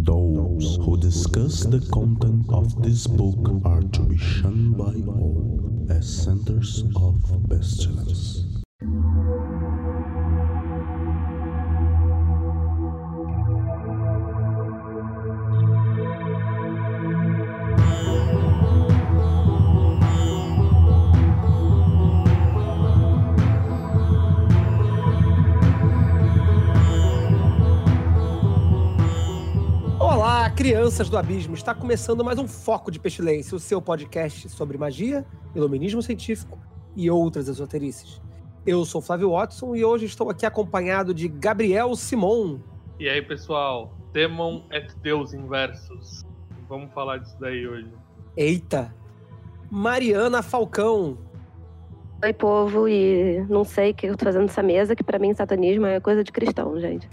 Those who discuss the content of this book are to be shunned by all as centers of pestilence. Olá, crianças do abismo! Está começando mais um Foco de Pestilência, o seu podcast sobre magia, iluminismo científico e outras esoterices. Eu sou Flávio Watson e hoje estou aqui acompanhado de Gabriel Simon. E aí, pessoal? Demon et Deus inversus. Vamos falar disso daí hoje. Eita! Mariana Falcão. Oi, povo, e não sei o que eu tô fazendo nessa mesa, que pra mim satanismo é coisa de cristão, gente.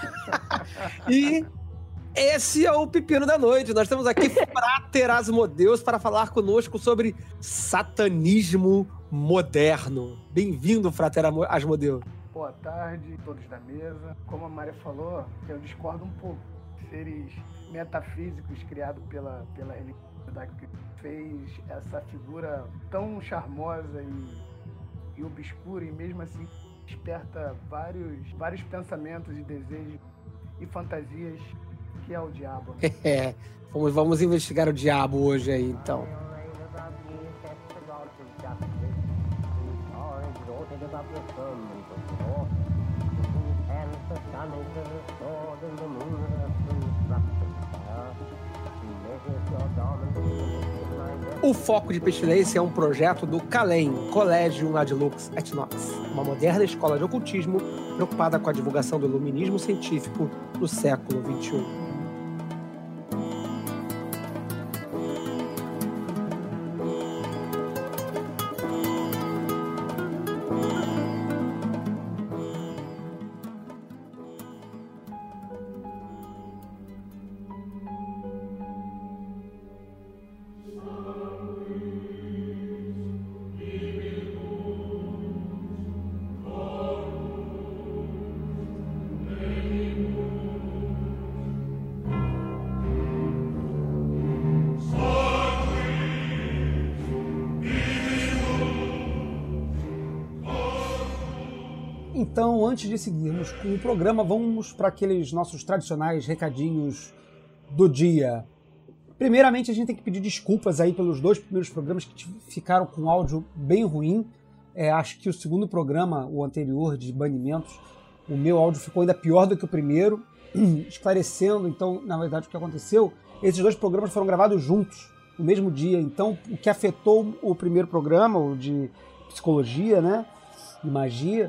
E esse é o Pepino da Noite. Nós temos aqui Frater Asmodeus para falar conosco sobre satanismo moderno. Bem-vindo, Frater Asmodeus. Boa tarde, todos da mesa. Como a Maria falou, eu discordo um pouco. Seres metafísicos criados pela religiosidade que fez essa figura tão charmosa e obscura, e mesmo assim desperta vários pensamentos e desejos e fantasias, que é o diabo. Vamos investigar o diabo hoje aí, então. O Foco de Pestilência é um projeto do CALEM, Collegium Ad Lux et Nox, uma moderna escola de ocultismo preocupada com a divulgação do iluminismo científico no século XXI. Então, antes de seguirmos com o programa, vamos para aqueles nossos tradicionais recadinhos do dia. Primeiramente, a gente tem que pedir desculpas aí pelos 2 primeiros programas que ficaram com áudio bem ruim. Acho que o segundo programa, o anterior, de banimentos, o meu áudio ficou ainda pior do que o primeiro. Esclarecendo, então, na verdade, o que aconteceu, esses 2 programas foram gravados juntos, no mesmo dia. Então, o que afetou o primeiro programa, o de psicologia, né, e magia,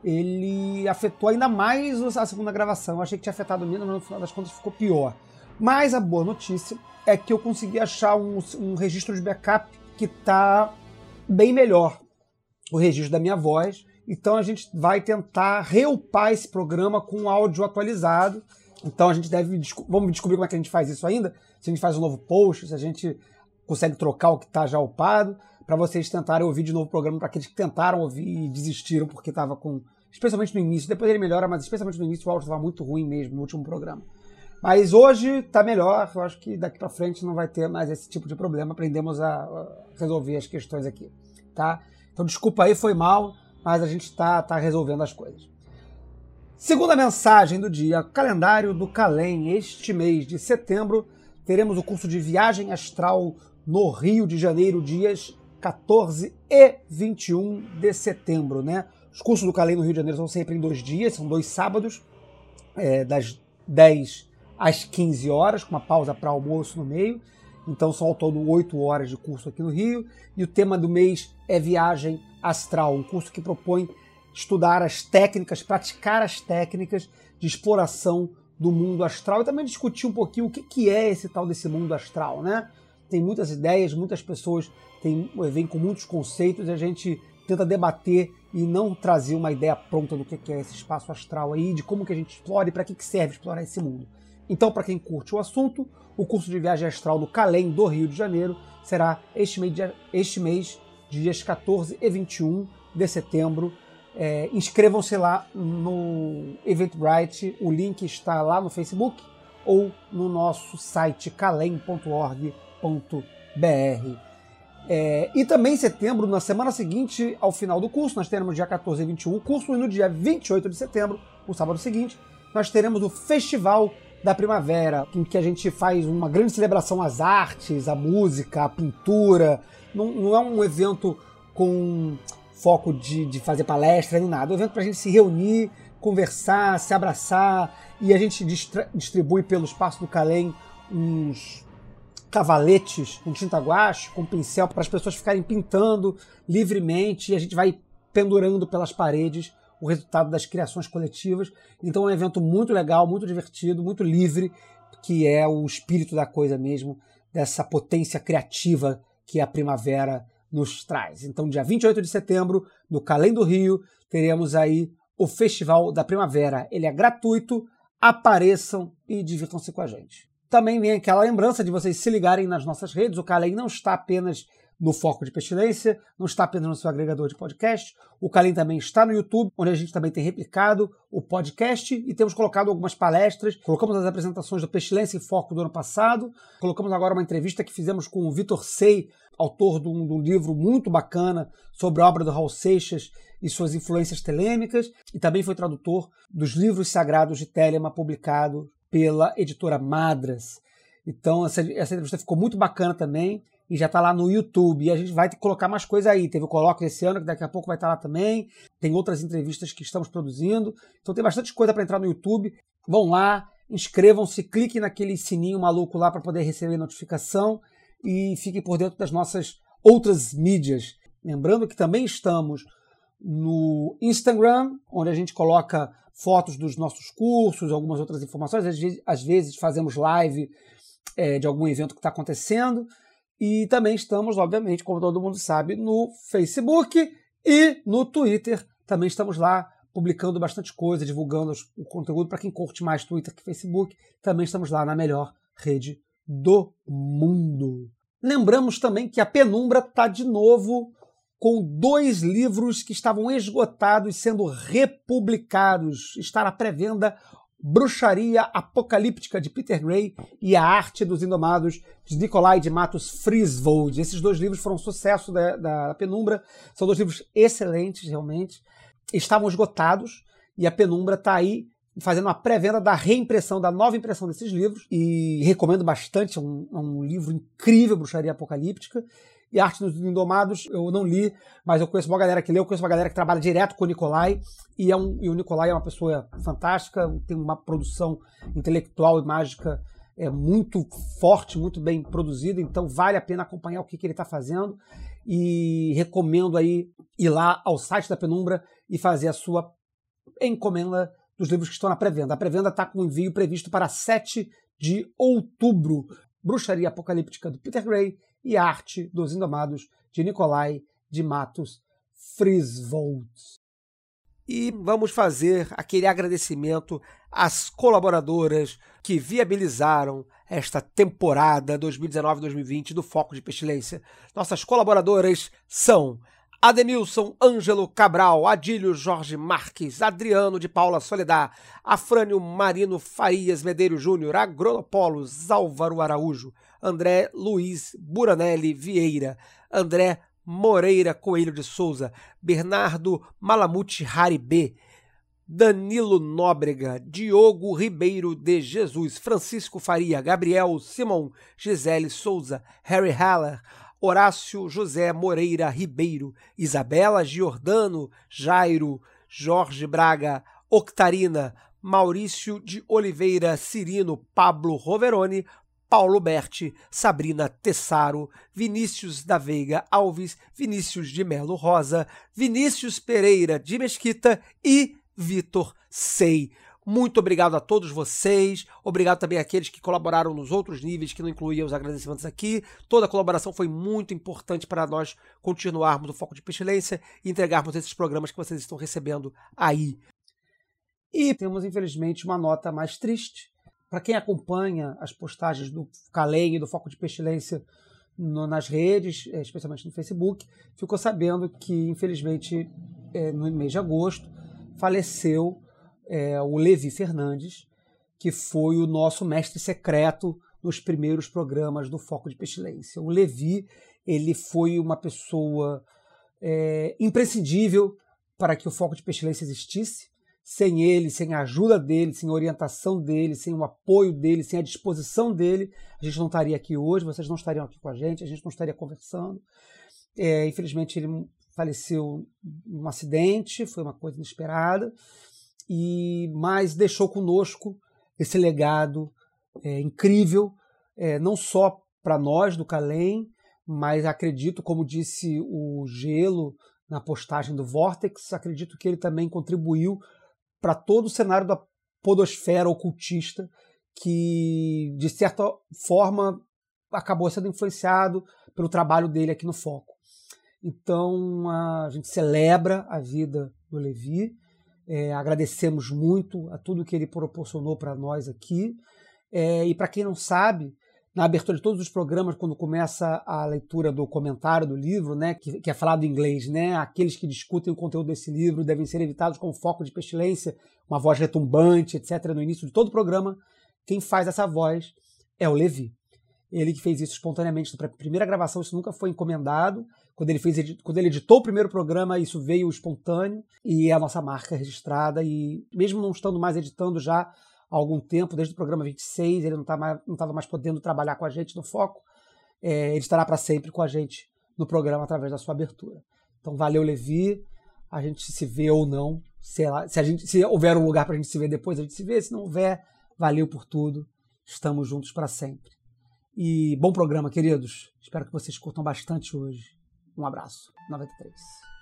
ele afetou ainda mais a segunda gravação. Eu achei que tinha afetado menos, mas no final das contas ficou pior. Mas a boa notícia é que eu consegui achar um registro de backup que está bem melhor, o registro da minha voz. Então a gente vai tentar reupar esse programa com áudio atualizado. Então a gente vamos descobrir como é que a gente faz isso ainda, se a gente faz um novo post, se a gente consegue trocar o que está já upado, para vocês tentarem ouvir de novo o programa, para aqueles que tentaram ouvir e desistiram porque estava especialmente no início, depois ele melhora, mas especialmente no início o áudio estava muito ruim mesmo no último programa. Mas hoje está melhor, eu acho que daqui para frente não vai ter mais esse tipo de problema, aprendemos a resolver as questões aqui, tá? Então desculpa aí, foi mal, mas a gente está resolvendo as coisas. Segunda mensagem do dia, calendário do CALEM. Este mês de setembro teremos o curso de Viagem Astral no Rio de Janeiro, dias 14 e 21 de setembro, né? Os cursos do CALEM no Rio de Janeiro são sempre em 2 dias, são 2 sábados, das 10 às 15 horas, com uma pausa para almoço no meio. Então são ao todo 8 horas de curso aqui no Rio. E o tema do mês é Viagem Astral, um curso que propõe estudar as técnicas, praticar as técnicas de exploração do mundo astral e também discutir um pouquinho o que é esse tal desse mundo astral, né? Tem muitas ideias, muitas pessoas vêm com muitos conceitos e a gente tenta debater e não trazer uma ideia pronta do que é esse espaço astral aí, de como que a gente explora e para que serve explorar esse mundo. Então, para quem curte o assunto, o curso de Viagem Astral do CALEM do Rio de Janeiro será este mês, dias 14 e 21 de setembro. Inscrevam-se lá no Eventbrite, o link está lá no Facebook ou no nosso site calem.org.br. E também em setembro, na semana seguinte ao final do curso, nós teremos dia 14 e 21 o curso, e no dia 28 de setembro, o sábado seguinte, nós teremos o Festival da Primavera, em que a gente faz uma grande celebração às artes, à música, à pintura. Não é um evento com foco de fazer palestra nem nada, é um evento para a gente se reunir, conversar, se abraçar, e a gente distribui pelo espaço do Calem uns cavaletes com tinta guache, com pincel, para as pessoas ficarem pintando livremente, e a gente vai pendurando pelas paredes o resultado das criações coletivas. Então é um evento muito legal, muito divertido, muito livre, que é o espírito da coisa mesmo, dessa potência criativa que a primavera nos traz. Então, dia 28 de setembro, no Calem do Rio, teremos aí o Festival da Primavera. Ele é gratuito, apareçam e divirtam-se com a gente. Também vem aquela lembrança de vocês se ligarem nas nossas redes. O Calem não está apenas no Foco de Pestilência, não está apenas no seu agregador de podcast. O Calem também está no YouTube, onde a gente também tem replicado o podcast e temos colocado algumas palestras. Colocamos as apresentações do Pestilência em Foco do ano passado. Colocamos agora uma entrevista que fizemos com o Vitor Sei, autor de um livro muito bacana sobre a obra do Raul Seixas e suas influências telêmicas, e também foi tradutor dos livros sagrados de Telema, publicado pela editora Madras. Então essa entrevista ficou muito bacana também, e já está lá no YouTube, e a gente vai ter que colocar mais coisa aí. Teve o Colóquio esse ano, que daqui a pouco vai estar lá também, tem outras entrevistas que estamos produzindo, então tem bastante coisa para entrar no YouTube. Vão lá, inscrevam-se, cliquem naquele sininho maluco lá para poder receber notificação, e fiquem por dentro das nossas outras mídias. Lembrando que também estamos no Instagram, onde a gente coloca fotos dos nossos cursos, algumas outras informações. Às vezes fazemos live de algum evento que está acontecendo. E também estamos, obviamente, como todo mundo sabe, no Facebook e no Twitter. Também estamos lá publicando bastante coisa, divulgando o conteúdo para quem curte mais Twitter que Facebook. Também estamos lá na melhor rede do mundo. Lembramos também que a Penumbra está de novo com 2 livros que estavam esgotados sendo republicados. Está na pré-venda Bruxaria Apocalíptica de Peter Gray e A Arte dos Indomados de Nikolai de Matos Frisvold. Esses 2 livros foram um sucesso da Penumbra. São 2 livros excelentes, realmente. Estavam esgotados e a Penumbra está aí fazendo uma pré-venda da reimpressão, da nova impressão desses livros, e recomendo bastante, é um livro incrível, Bruxaria Apocalíptica. E Arte dos Indomados eu não li, mas eu conheço uma galera que leu, eu conheço uma galera que trabalha direto com o Nikolai, e o Nikolai é uma pessoa fantástica, tem uma produção intelectual e mágica muito forte, muito bem produzida, então vale a pena acompanhar o que ele está fazendo, e recomendo aí ir lá ao site da Penumbra e fazer a sua encomenda dos livros que estão na pré-venda. A pré-venda está com envio previsto para 7 de outubro. Bruxaria Apocalíptica do Peter Gray e Arte dos Indomados de Nikolai de Matos Frisvold. E vamos fazer aquele agradecimento às colaboradoras que viabilizaram esta temporada 2019-2020 do Foco de Pestilência. Nossas colaboradoras são Ademilson Ângelo Cabral, Adílio Jorge Marques, Adriano de Paula Soledad, Afrânio Marino Farias Medeiros Júnior, Agronopolos Álvaro Araújo, André Luiz Buranelli Vieira, André Moreira Coelho de Souza, Bernardo Malamute Haribê, Danilo Nóbrega, Diogo Ribeiro de Jesus, Francisco Faria, Gabriel Simão, Gisele Souza, Harry Haller, Horácio José Moreira Ribeiro, Isabela Giordano, Jairo, Jorge Braga, Octarina, Maurício de Oliveira Cirino, Pablo Roveroni, Paulo Berti, Sabrina Tessaro, Vinícius da Veiga Alves, Vinícius de Melo Rosa, Vinícius Pereira de Mesquita e Vitor Sei. Muito obrigado a todos vocês, obrigado também àqueles que colaboraram nos outros níveis que não incluíam os agradecimentos aqui. Toda a colaboração foi muito importante para nós continuarmos o Foco de Pestilência e entregarmos esses programas que vocês estão recebendo aí. E temos, infelizmente, uma nota mais triste. Para quem acompanha as postagens do Calem e do Foco de Pestilência nas redes, especialmente no Facebook, ficou sabendo que, infelizmente, no mês de agosto, faleceu o Levi Fernandes, que foi o nosso mestre secreto nos primeiros programas do Foco de Pestilência. O Levi, ele foi uma pessoa imprescindível para que o Foco de Pestilência existisse. Sem ele, sem a ajuda dele, sem a orientação dele, sem o apoio dele, sem a disposição dele, a gente não estaria aqui hoje, vocês não estariam aqui com a gente não estaria conversando. Infelizmente, ele faleceu num acidente, foi uma coisa inesperada, mas deixou conosco esse legado incrível, não só para nós do Calem, mas acredito, como disse o Gelo na postagem do Vortex, acredito que ele também contribuiu para todo o cenário da podosfera ocultista, que, de certa forma, acabou sendo influenciado pelo trabalho dele aqui no Foco. Então, a gente celebra a vida do Levi, agradecemos muito a tudo que ele proporcionou para nós aqui, e para quem não sabe, na abertura de todos os programas, quando começa a leitura do comentário do livro, né, que é falado em inglês, né, aqueles que discutem o conteúdo desse livro devem ser evitados com Foco de Pestilência, uma voz retumbante, etc. No início de todo o programa, quem faz essa voz é o Levi. Ele que fez isso espontaneamente na primeira gravação, isso nunca foi encomendado. Quando ele editou o primeiro programa, isso veio espontâneo e é a nossa marca registrada. E mesmo não estando mais editando já há algum tempo, desde o programa 26, ele não estava mais podendo trabalhar com a gente no Foco, ele estará para sempre com a gente no programa através da sua abertura. Então valeu, Levi, a gente se vê ou não, se houver um lugar para a gente se ver depois, a gente se vê, se não houver, valeu por tudo, estamos juntos para sempre. E bom programa, queridos, espero que vocês curtam bastante hoje. Um abraço, 93.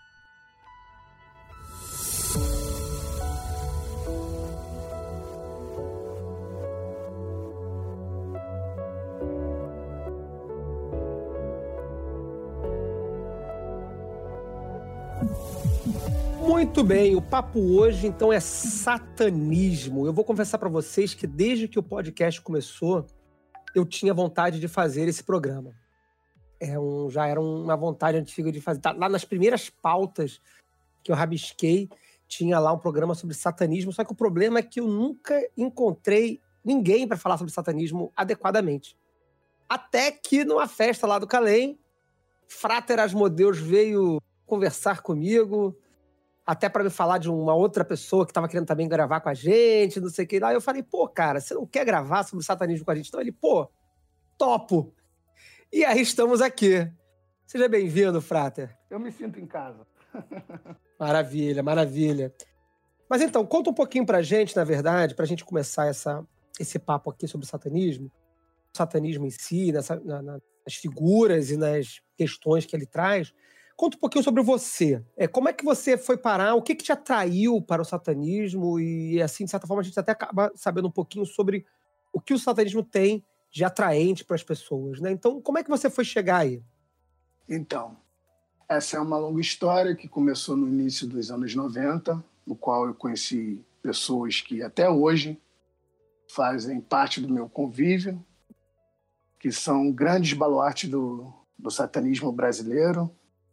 Muito bem, o papo hoje então é satanismo. Eu vou confessar para vocês que desde que o podcast começou, eu tinha vontade de fazer esse programa. Já era uma vontade antiga de fazer. Lá nas primeiras pautas que eu rabisquei, tinha lá um programa sobre satanismo, só que o problema é que eu nunca encontrei ninguém para falar sobre satanismo adequadamente. Até que numa festa lá do Calem, Frater Asmodeus veio conversar comigo, até para me falar de uma outra pessoa que estava querendo também gravar com a gente, não sei o que lá. Eu falei, cara, você não quer gravar sobre satanismo com a gente? Então ele, topo. E aí estamos aqui. Seja bem-vindo, Frater. Eu me sinto em casa. Maravilha, maravilha. Mas então, conta um pouquinho pra gente, na verdade, pra gente começar esse papo aqui sobre satanismo. O satanismo em si, nas figuras e nas questões que ele traz. Conta um pouquinho sobre você. Como é que você foi parar? O que te atraiu para o satanismo? E, assim, de certa forma, a gente até acaba sabendo um pouquinho sobre o que o satanismo tem de atraente para as pessoas, né? Então, como é que você foi chegar aí? Então, essa é uma longa história que começou no início dos anos 90, no qual eu conheci pessoas que até hoje fazem parte do meu convívio, que são grandes baluartes do satanismo brasileiro,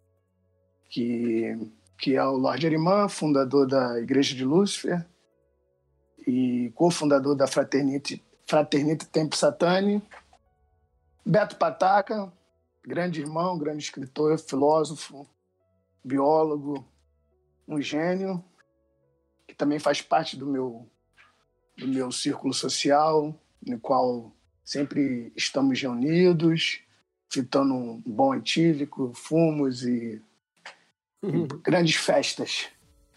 que é o Lorde Erimã, fundador da Igreja de Lúcifer e cofundador da Fraternite Tempus Satani, Beto Pataca, grande irmão, grande escritor, filósofo, biólogo, um gênio, que também faz parte do meu círculo social, no qual sempre estamos reunidos, fitando um bom etílico, fumos e grandes festas.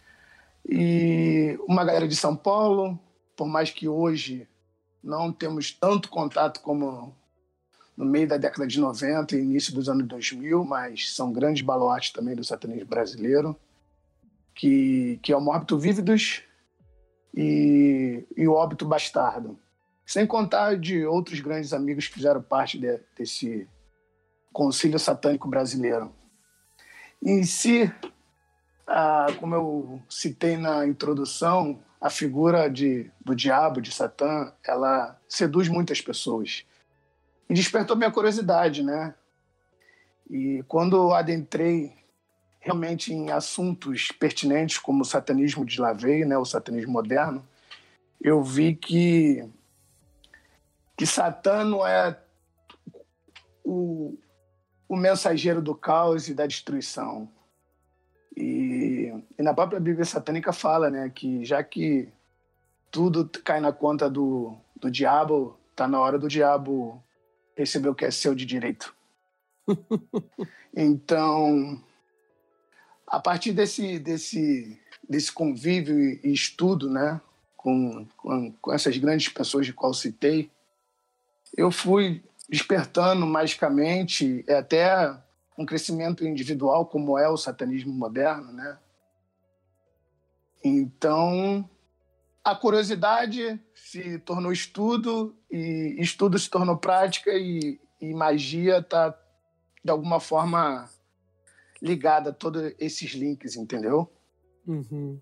E uma galera de São Paulo, por mais que hoje não temos tanto contato como no meio da década de 90 e início dos anos 2000, mas são grandes baluartes também do satanismo brasileiro, que é o Mórbito Vívidos e o Óbito Bastardo. Sem contar de outros grandes amigos que fizeram parte desse concílio satânico brasileiro. Em si, como eu citei na introdução, a figura do diabo, de Satã, ela seduz muitas pessoas. E despertou minha curiosidade, né? E quando eu adentrei realmente em assuntos pertinentes como o satanismo de Lavey, né, o satanismo moderno, eu vi que que Satã não é o mensageiro do caos e da destruição. E na própria Bíblia satânica fala, né, que já que tudo cai na conta do diabo, tá na hora do diabo receber o que é seu de direito. Então, a partir desse convívio e estudo, né, com essas grandes pessoas de qual citei, eu fui despertando magicamente até um crescimento individual, como é o satanismo moderno, né? Então, a curiosidade se tornou estudo, e estudo se tornou prática, e magia está, de alguma forma, ligada a todos esses links, entendeu? Uhum.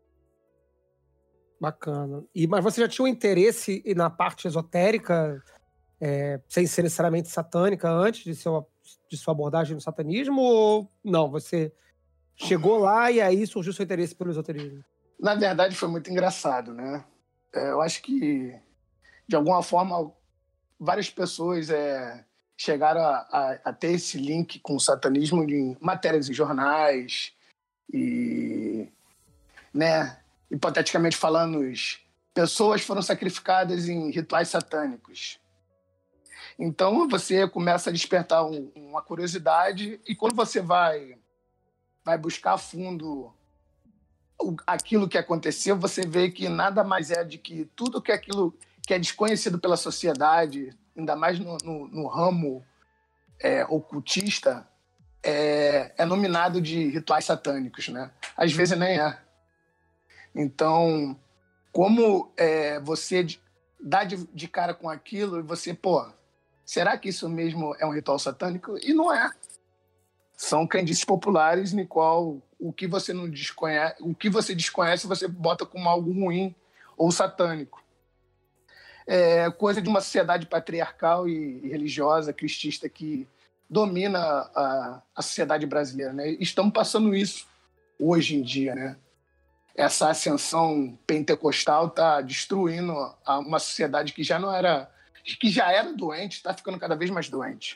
Bacana. Mas você já tinha um interesse na parte esotérica, sem ser necessariamente satânica, antes de sua abordagem no satanismo, ou não? Você chegou lá e aí surgiu seu interesse pelo esoterismo? Na verdade, foi muito engraçado, né? Eu acho que, de alguma forma, várias pessoas chegaram a ter esse link com o satanismo em matérias em jornais e, né, hipoteticamente falando, pessoas foram sacrificadas em rituais satânicos. Então, você começa a despertar uma curiosidade, e quando você vai buscar a fundo aquilo que aconteceu, você vê que nada mais é de que tudo que aquilo que é desconhecido pela sociedade, ainda mais no ramo ocultista, é nominado de rituais satânicos, né? Às vezes nem é. Então, como você dá de cara com aquilo e você, será que isso mesmo é um ritual satânico? E não é. São crendices populares no qual o que você não desconhece, o que você desconhece, você bota como algo ruim ou satânico. É coisa de uma sociedade patriarcal e religiosa, cristista, que domina a sociedade brasileira, né? Estamos passando isso hoje em dia, né? Essa ascensão pentecostal está destruindo uma sociedade que já era doente, está ficando cada vez mais doente.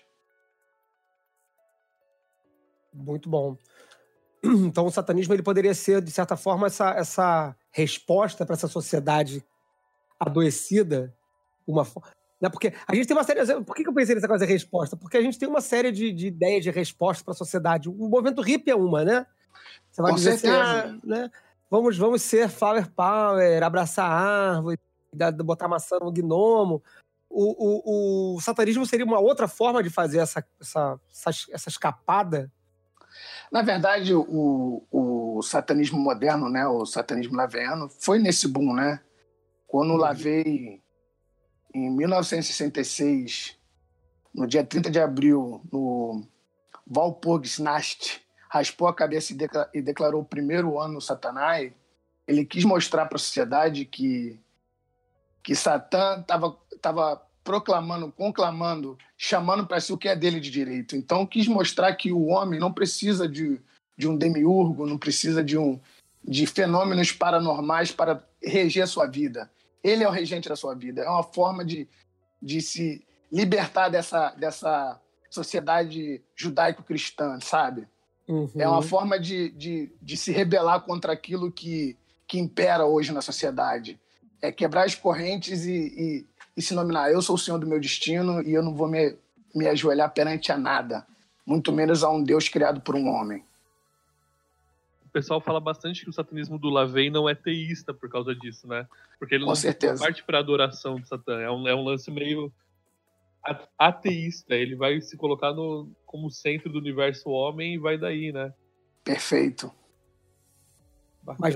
Muito bom. Então, o satanismo ele poderia ser, de certa forma, essa resposta para essa sociedade adoecida. Né? Porque a gente tem uma série... Por que eu pensei nessa coisa de resposta? Porque a gente tem uma série de ideias de resposta para a sociedade. O movimento hippie é uma, né? Você vai dizer assim, né? Vamos ser flower power, abraçar a árvore, botar maçã no gnomo. O satanismo seria uma outra forma de fazer essa escapada? Na verdade, o satanismo moderno, né, o satanismo laveiano, foi nesse boom, né? Quando o Lavey, em 1966, no dia 30 de abril, no Walpurgisnacht, raspou a cabeça e declarou o primeiro ano Satanás, ele quis mostrar para a sociedade que Satã estava conclamando, chamando para si o que é dele de direito. Então, quis mostrar que o homem não precisa de um demiurgo, não precisa de fenômenos paranormais para reger a sua vida. Ele é o regente da sua vida. É uma forma de se libertar dessa sociedade judaico-cristã, sabe? Uhum. É uma forma de se rebelar contra aquilo que impera hoje na sociedade. É quebrar as correntes e se nominar. Eu sou o senhor do meu destino e eu não vou me ajoelhar perante a nada, muito menos a um Deus criado por um homem. O pessoal fala bastante que o satanismo do Lavey não é teísta por causa disso, né? Porque ele Com certeza. não parte para a adoração de Satã. É um lance meio ateísta. Ele vai se colocar como centro do universo homem e vai daí, né? Perfeito. Bacana.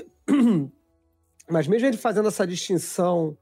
Mas mesmo ele fazendo essa distinção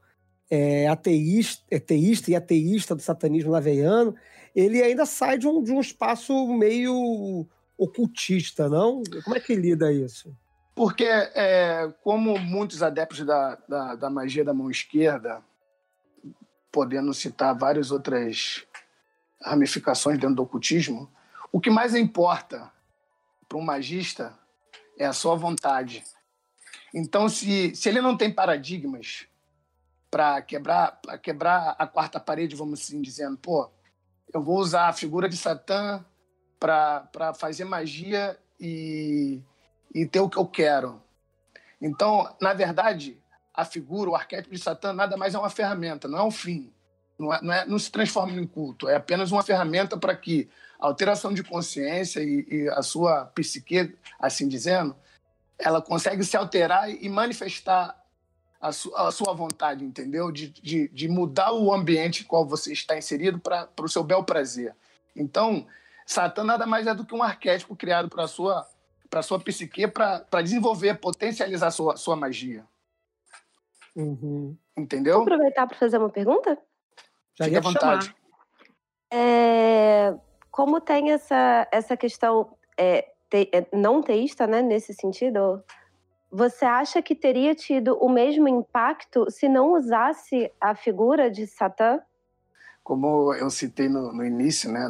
teísta e ateísta do satanismo laveiano, ele ainda sai de um espaço meio ocultista, não? Como é que lida isso? Porque, como muitos adeptos da magia da mão esquerda, podendo citar várias outras ramificações dentro do ocultismo, o que mais importa para um magista é a sua vontade. Então, se ele não tem paradigmas para quebrar a quarta parede, vamos assim dizendo, pô, eu vou usar a figura de Satã para fazer magia e ter o que eu quero. Então, na verdade, a figura, o arquétipo de Satã nada mais é uma ferramenta, não é um fim. Não se transforma em culto, é apenas uma ferramenta para que a alteração de consciência e a sua psique, assim dizendo, ela consegue se alterar e manifestar a sua vontade, entendeu? De mudar o ambiente em qual você está inserido para o seu bel prazer. Então, Satã nada mais é do que um arquétipo criado para a sua psique para desenvolver, potencializar a sua magia. Uhum. Entendeu? Vou aproveitar para fazer uma pergunta? Já Fique ia à te vontade. chamar. Como tem essa questão não teísta, né, nesse sentido, você acha que teria tido o mesmo impacto se não usasse a figura de Satã? Como eu citei no início, né,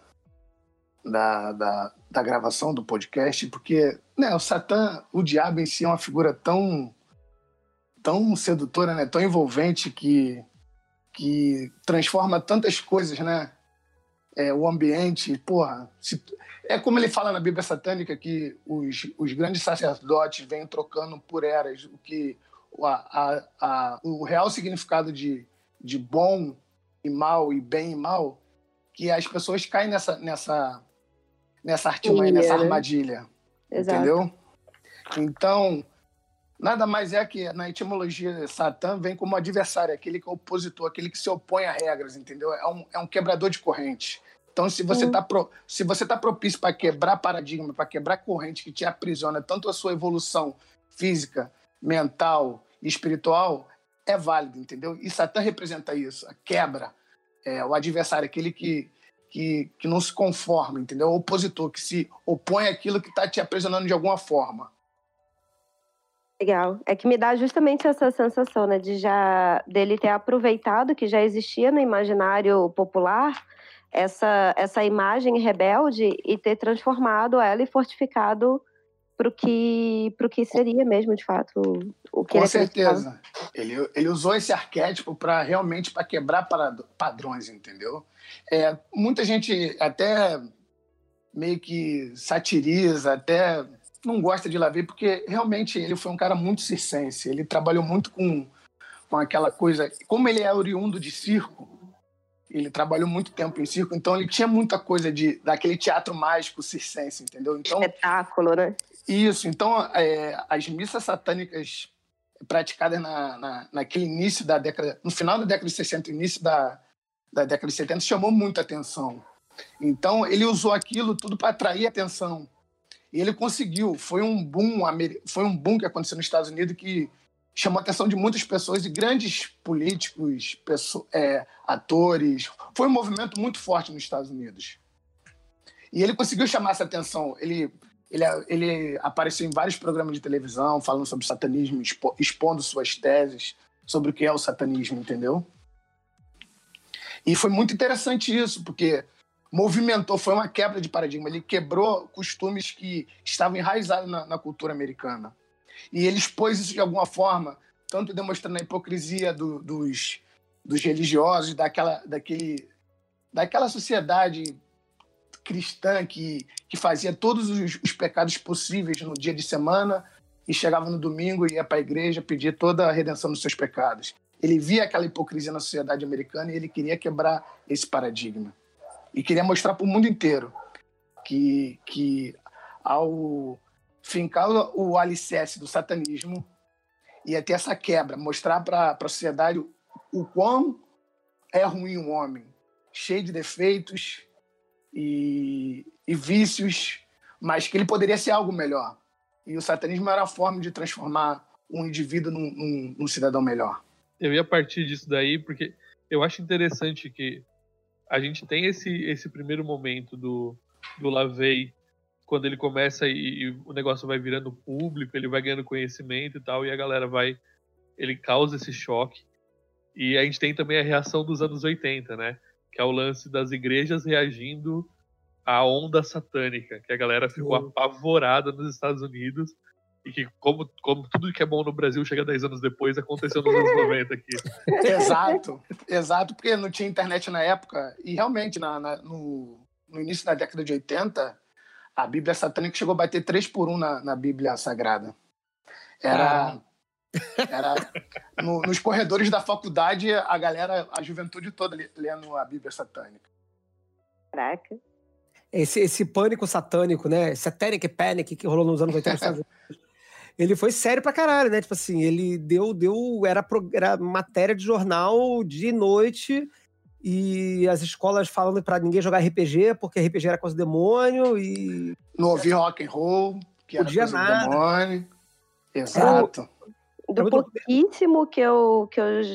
da gravação do podcast, porque, né, o Satã, o diabo em si é uma figura tão sedutora, né, tão envolvente que transforma tantas coisas, né? O ambiente, porra. É como ele fala na Bíblia Satânica que os grandes sacerdotes vêm trocando por eras o que o real significado de bom e mal e bem e mal, que as pessoas caem nessa artimanha, nessa armadilha. Exato. Entendeu? Então, nada mais é que, na etimologia, Satã vem como adversário, aquele que é opositor, aquele que se opõe a regras, entendeu? É um quebrador de corrente. Então, se você está propício para quebrar paradigma, para quebrar corrente que te aprisiona tanto a sua evolução física, mental e espiritual, é válido, entendeu? E Satã representa isso, a quebra. O adversário, aquele que não se conforma, entendeu? O opositor, que se opõe àquilo que está te aprisionando de alguma forma. Legal. É que me dá justamente essa sensação, né, dele ter aproveitado que já existia no imaginário popular essa imagem rebelde e ter transformado ela e fortificado para o que seria mesmo, de fato, o que Com ele certeza. Ele usou esse arquétipo para quebrar padrões, entendeu? Muita gente até meio que satiriza, até não gosta de Lavey, porque realmente ele foi um cara muito circense. Ele trabalhou muito com aquela coisa... Como ele é oriundo de circo, ele trabalhou muito tempo em circo, então ele tinha muita coisa daquele teatro mágico circense, entendeu? Então, espetáculo, né? Isso. Então, as missas satânicas praticadas naquele início da década... No final da década de 60, início da década de 70, chamou muita atenção. Então, ele usou aquilo tudo para atrair atenção. E ele conseguiu. Foi um boom que aconteceu nos Estados Unidos que chamou a atenção de muitas pessoas e grandes políticos, atores. Foi um movimento muito forte nos Estados Unidos. E ele conseguiu chamar essa atenção. Ele apareceu em vários programas de televisão falando sobre satanismo, expondo suas teses sobre o que é o satanismo, entendeu? E foi muito interessante isso, porque movimentou, foi uma quebra de paradigma. Ele quebrou costumes que estavam enraizados na cultura americana. E ele expôs isso de alguma forma, tanto demonstrando a hipocrisia dos religiosos, daquela sociedade cristã que fazia todos os pecados possíveis no dia de semana e chegava no domingo e ia para a igreja pedir toda a redenção dos seus pecados. Ele via aquela hipocrisia na sociedade americana e ele queria quebrar esse paradigma. E queria mostrar para o mundo inteiro que ao fincar o alicerce do satanismo, ia ter essa quebra, mostrar para a sociedade o quão é ruim um homem, cheio de defeitos e vícios, mas que ele poderia ser algo melhor. E o satanismo era a forma de transformar um indivíduo num cidadão melhor. Eu ia partir disso daí, porque eu acho interessante que a gente tem esse primeiro momento do Lavey, quando ele começa e o negócio vai virando público, ele vai ganhando conhecimento e tal, e a galera ele causa esse choque. E a gente tem também a reação dos anos 80, né? Que é o lance das igrejas reagindo à onda satânica, que a galera ficou apavorada nos Estados Unidos, E que como tudo que é bom no Brasil chega 10 anos depois, aconteceu nos anos 90 aqui. Exato, porque não tinha internet na época. E realmente, no início da década de 80, a Bíblia satânica chegou a bater 3-1 na Bíblia Sagrada. Era nos corredores da faculdade, a juventude toda lendo a Bíblia satânica. Caraca. Esse pânico satânico, né? Satanic Panic que rolou nos anos 80 nos Estados Unidos. Ele foi sério pra caralho, né? Tipo assim, ele era matéria de jornal de noite e as escolas falando pra ninguém jogar RPG, porque RPG era coisa do demônio e... Não ouvir rock and roll, que era coisa do demônio. Exato. Do pouquíssimo que eu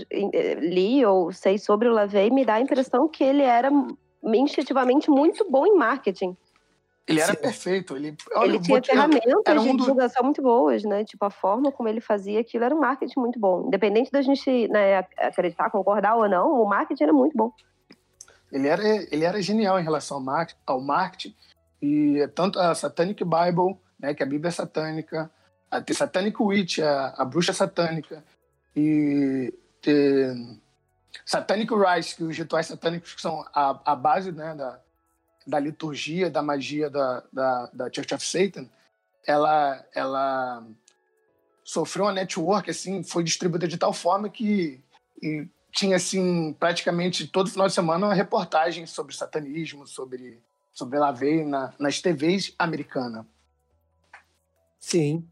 li ou sei sobre o LaVey, me dá a impressão que ele era instintivamente muito bom em marketing. Ele era perfeito. Ele tinha ferramentas de divulgação muito boas, né? Tipo, a forma como ele fazia aquilo era um marketing muito bom. Independente da gente, né, acreditar, concordar ou não, o marketing era muito bom. Ele era genial em relação ao marketing. E tanto a Satanic Bible, né, que é a Bíblia satânica, a The Satanic Witch, a bruxa satânica, e The Satanic Rites, que os rituais satânicos que são a base, né, da liturgia, da magia da Church of Satan, ela sofreu uma network, assim, foi distribuída de tal forma que tinha, assim, praticamente todo final de semana uma reportagem sobre satanismo, sobre LaVey nas TVs americanas. Sim.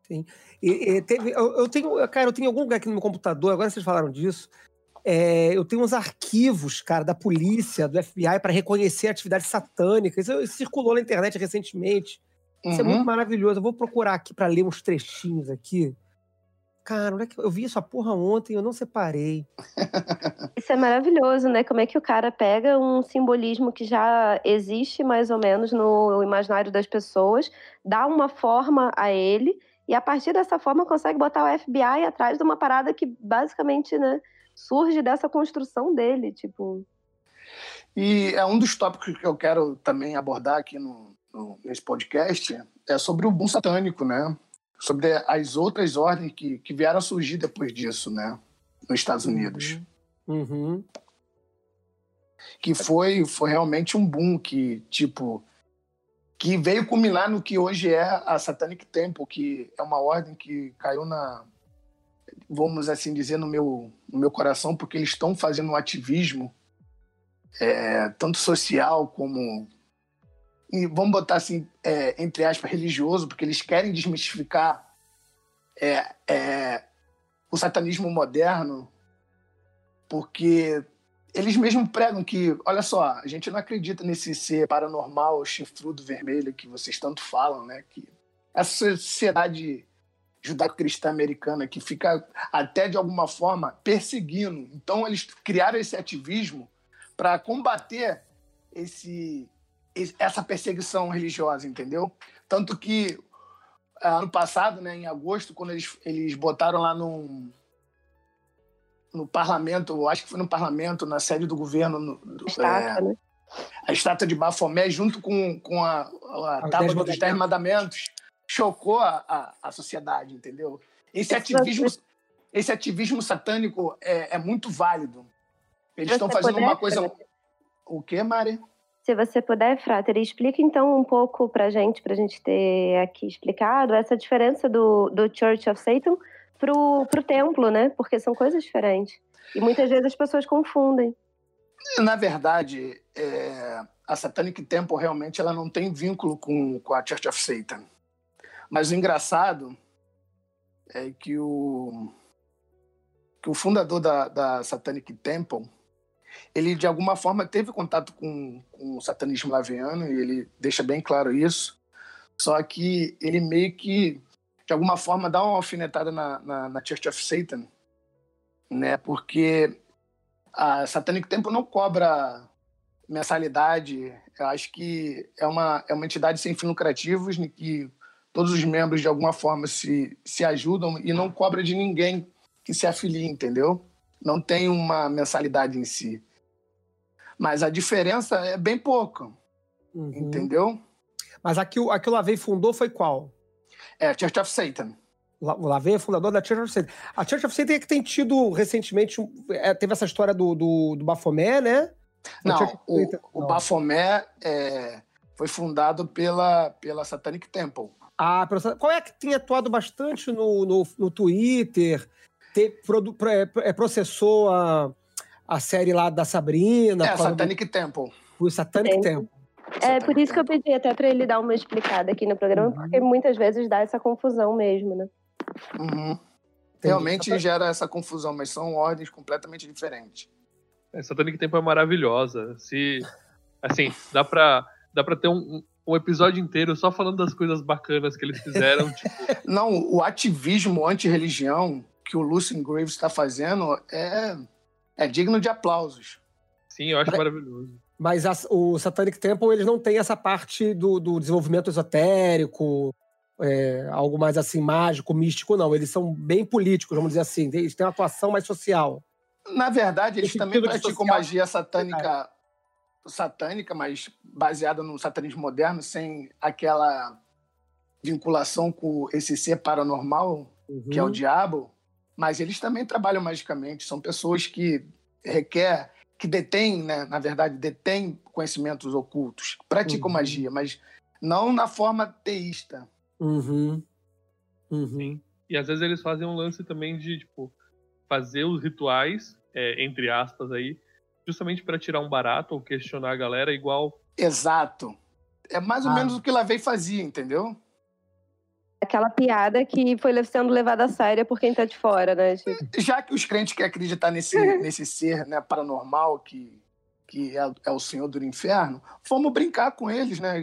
E eu tenho algum lugar aqui no meu computador, agora vocês falaram disso, eu tenho uns arquivos, cara, da polícia, do FBI, para reconhecer atividades satânicas. Isso circulou na internet recentemente. Isso é muito maravilhoso. Eu vou procurar aqui para ler uns trechinhos aqui. Cara, onde é que eu vi essa porra ontem? Eu não separei. Isso é maravilhoso, né? Como é que o cara pega um simbolismo que já existe mais ou menos no imaginário das pessoas, dá uma forma a ele, e a partir dessa forma consegue botar o FBI atrás de uma parada que basicamente, né, surge dessa construção dele, tipo... E é um dos tópicos que eu quero também abordar aqui nesse podcast, é sobre o boom satânico, né? Sobre as outras ordens que vieram a surgir depois disso, né? Nos Estados Unidos. Que foi realmente um boom que veio culminar no que hoje é a Satanic Temple, que é uma ordem que caiu vamos assim dizer, no meu coração, porque eles estão fazendo um ativismo tanto social como, e vamos botar assim, entre aspas, religioso, porque eles querem desmistificar o satanismo moderno, porque eles mesmos pregam que, olha só, a gente não acredita nesse ser paranormal, chifrudo vermelho que vocês tanto falam, né? Que essa sociedade judaico-cristã americana que fica até de alguma forma perseguindo. Então eles criaram esse ativismo para combater essa perseguição religiosa, entendeu? Tanto que ano passado, né, em agosto, quando eles botaram lá no parlamento, acho que foi no parlamento, na sede do governo, né? a estátua de Bafomé, junto com a tábua dos 10 mandamentos, chocou a sociedade, entendeu? Esse ativismo satânico é muito válido. Eles estão fazendo uma coisa... O quê, Mari? Se você puder, Frater, explica então um pouco pra gente ter aqui explicado essa diferença do Church of Satan pro templo, né? Porque são coisas diferentes. E muitas vezes as pessoas confundem. Na verdade, a Satanic Temple realmente ela não tem vínculo com a Church of Satan. Mas o engraçado é que o fundador da Satanic Temple, ele de alguma forma teve contato com o satanismo laveano, e ele deixa bem claro isso, só que ele meio que, de alguma forma, dá uma alfinetada na Church of Satan, né? Porque a Satanic Temple não cobra mensalidade. Eu acho que é uma entidade sem fins lucrativos, em que todos os membros, de alguma forma, se ajudam e não cobra de ninguém que se afilie, entendeu? Não tem uma mensalidade em si. Mas a diferença é bem pouca, entendeu? Mas a que o LaVey fundou foi qual? É, Church of Satan. O LaVey é fundador da Church of Satan. A Church of Satan é que tem tido recentemente... teve essa história do Baphomet, né? Não, o Baphomet foi fundado pela Satanic Temple. Qual é que tem atuado bastante no Twitter? Processou a série lá da Sabrina. Satanic Temple. O Satanic Temple. Por isso que eu pedi até para ele dar uma explicada aqui no programa, porque muitas vezes dá essa confusão mesmo, né? Uhum. Realmente gera essa confusão, mas são ordens completamente diferentes. Satanic Temple é maravilhosa. Assim, dá pra ter um episódio inteiro só falando das coisas bacanas que eles fizeram. Tipo... Não, o ativismo anti-religião que o Lucien Graves está fazendo é digno de aplausos. Sim, eu acho maravilhoso. Mas o Satanic Temple, eles não têm essa parte do desenvolvimento esotérico, algo mais assim, mágico, místico, não. Eles são bem políticos, vamos dizer assim. Eles têm uma atuação mais social. Na verdade, eles também praticam social, magia satânica, mas baseada no satanismo moderno, sem aquela vinculação com esse ser paranormal, que é o diabo. Mas eles também trabalham magicamente. São pessoas que detêm, né, na verdade, detêm conhecimentos ocultos, praticam magia, mas não na forma teísta. Sim. E às vezes eles fazem um lance também de, tipo, fazer os rituais, entre aspas aí, justamente para tirar um barato ou questionar a galera igual... Exato. É mais ou menos o que LaVey fazia, entendeu? Aquela piada que foi sendo levada a sério por quem tá de fora, né? Tipo... Já que os crentes querem acreditar nesse ser, né, paranormal que é o Senhor do Inferno, vamos brincar com eles, né?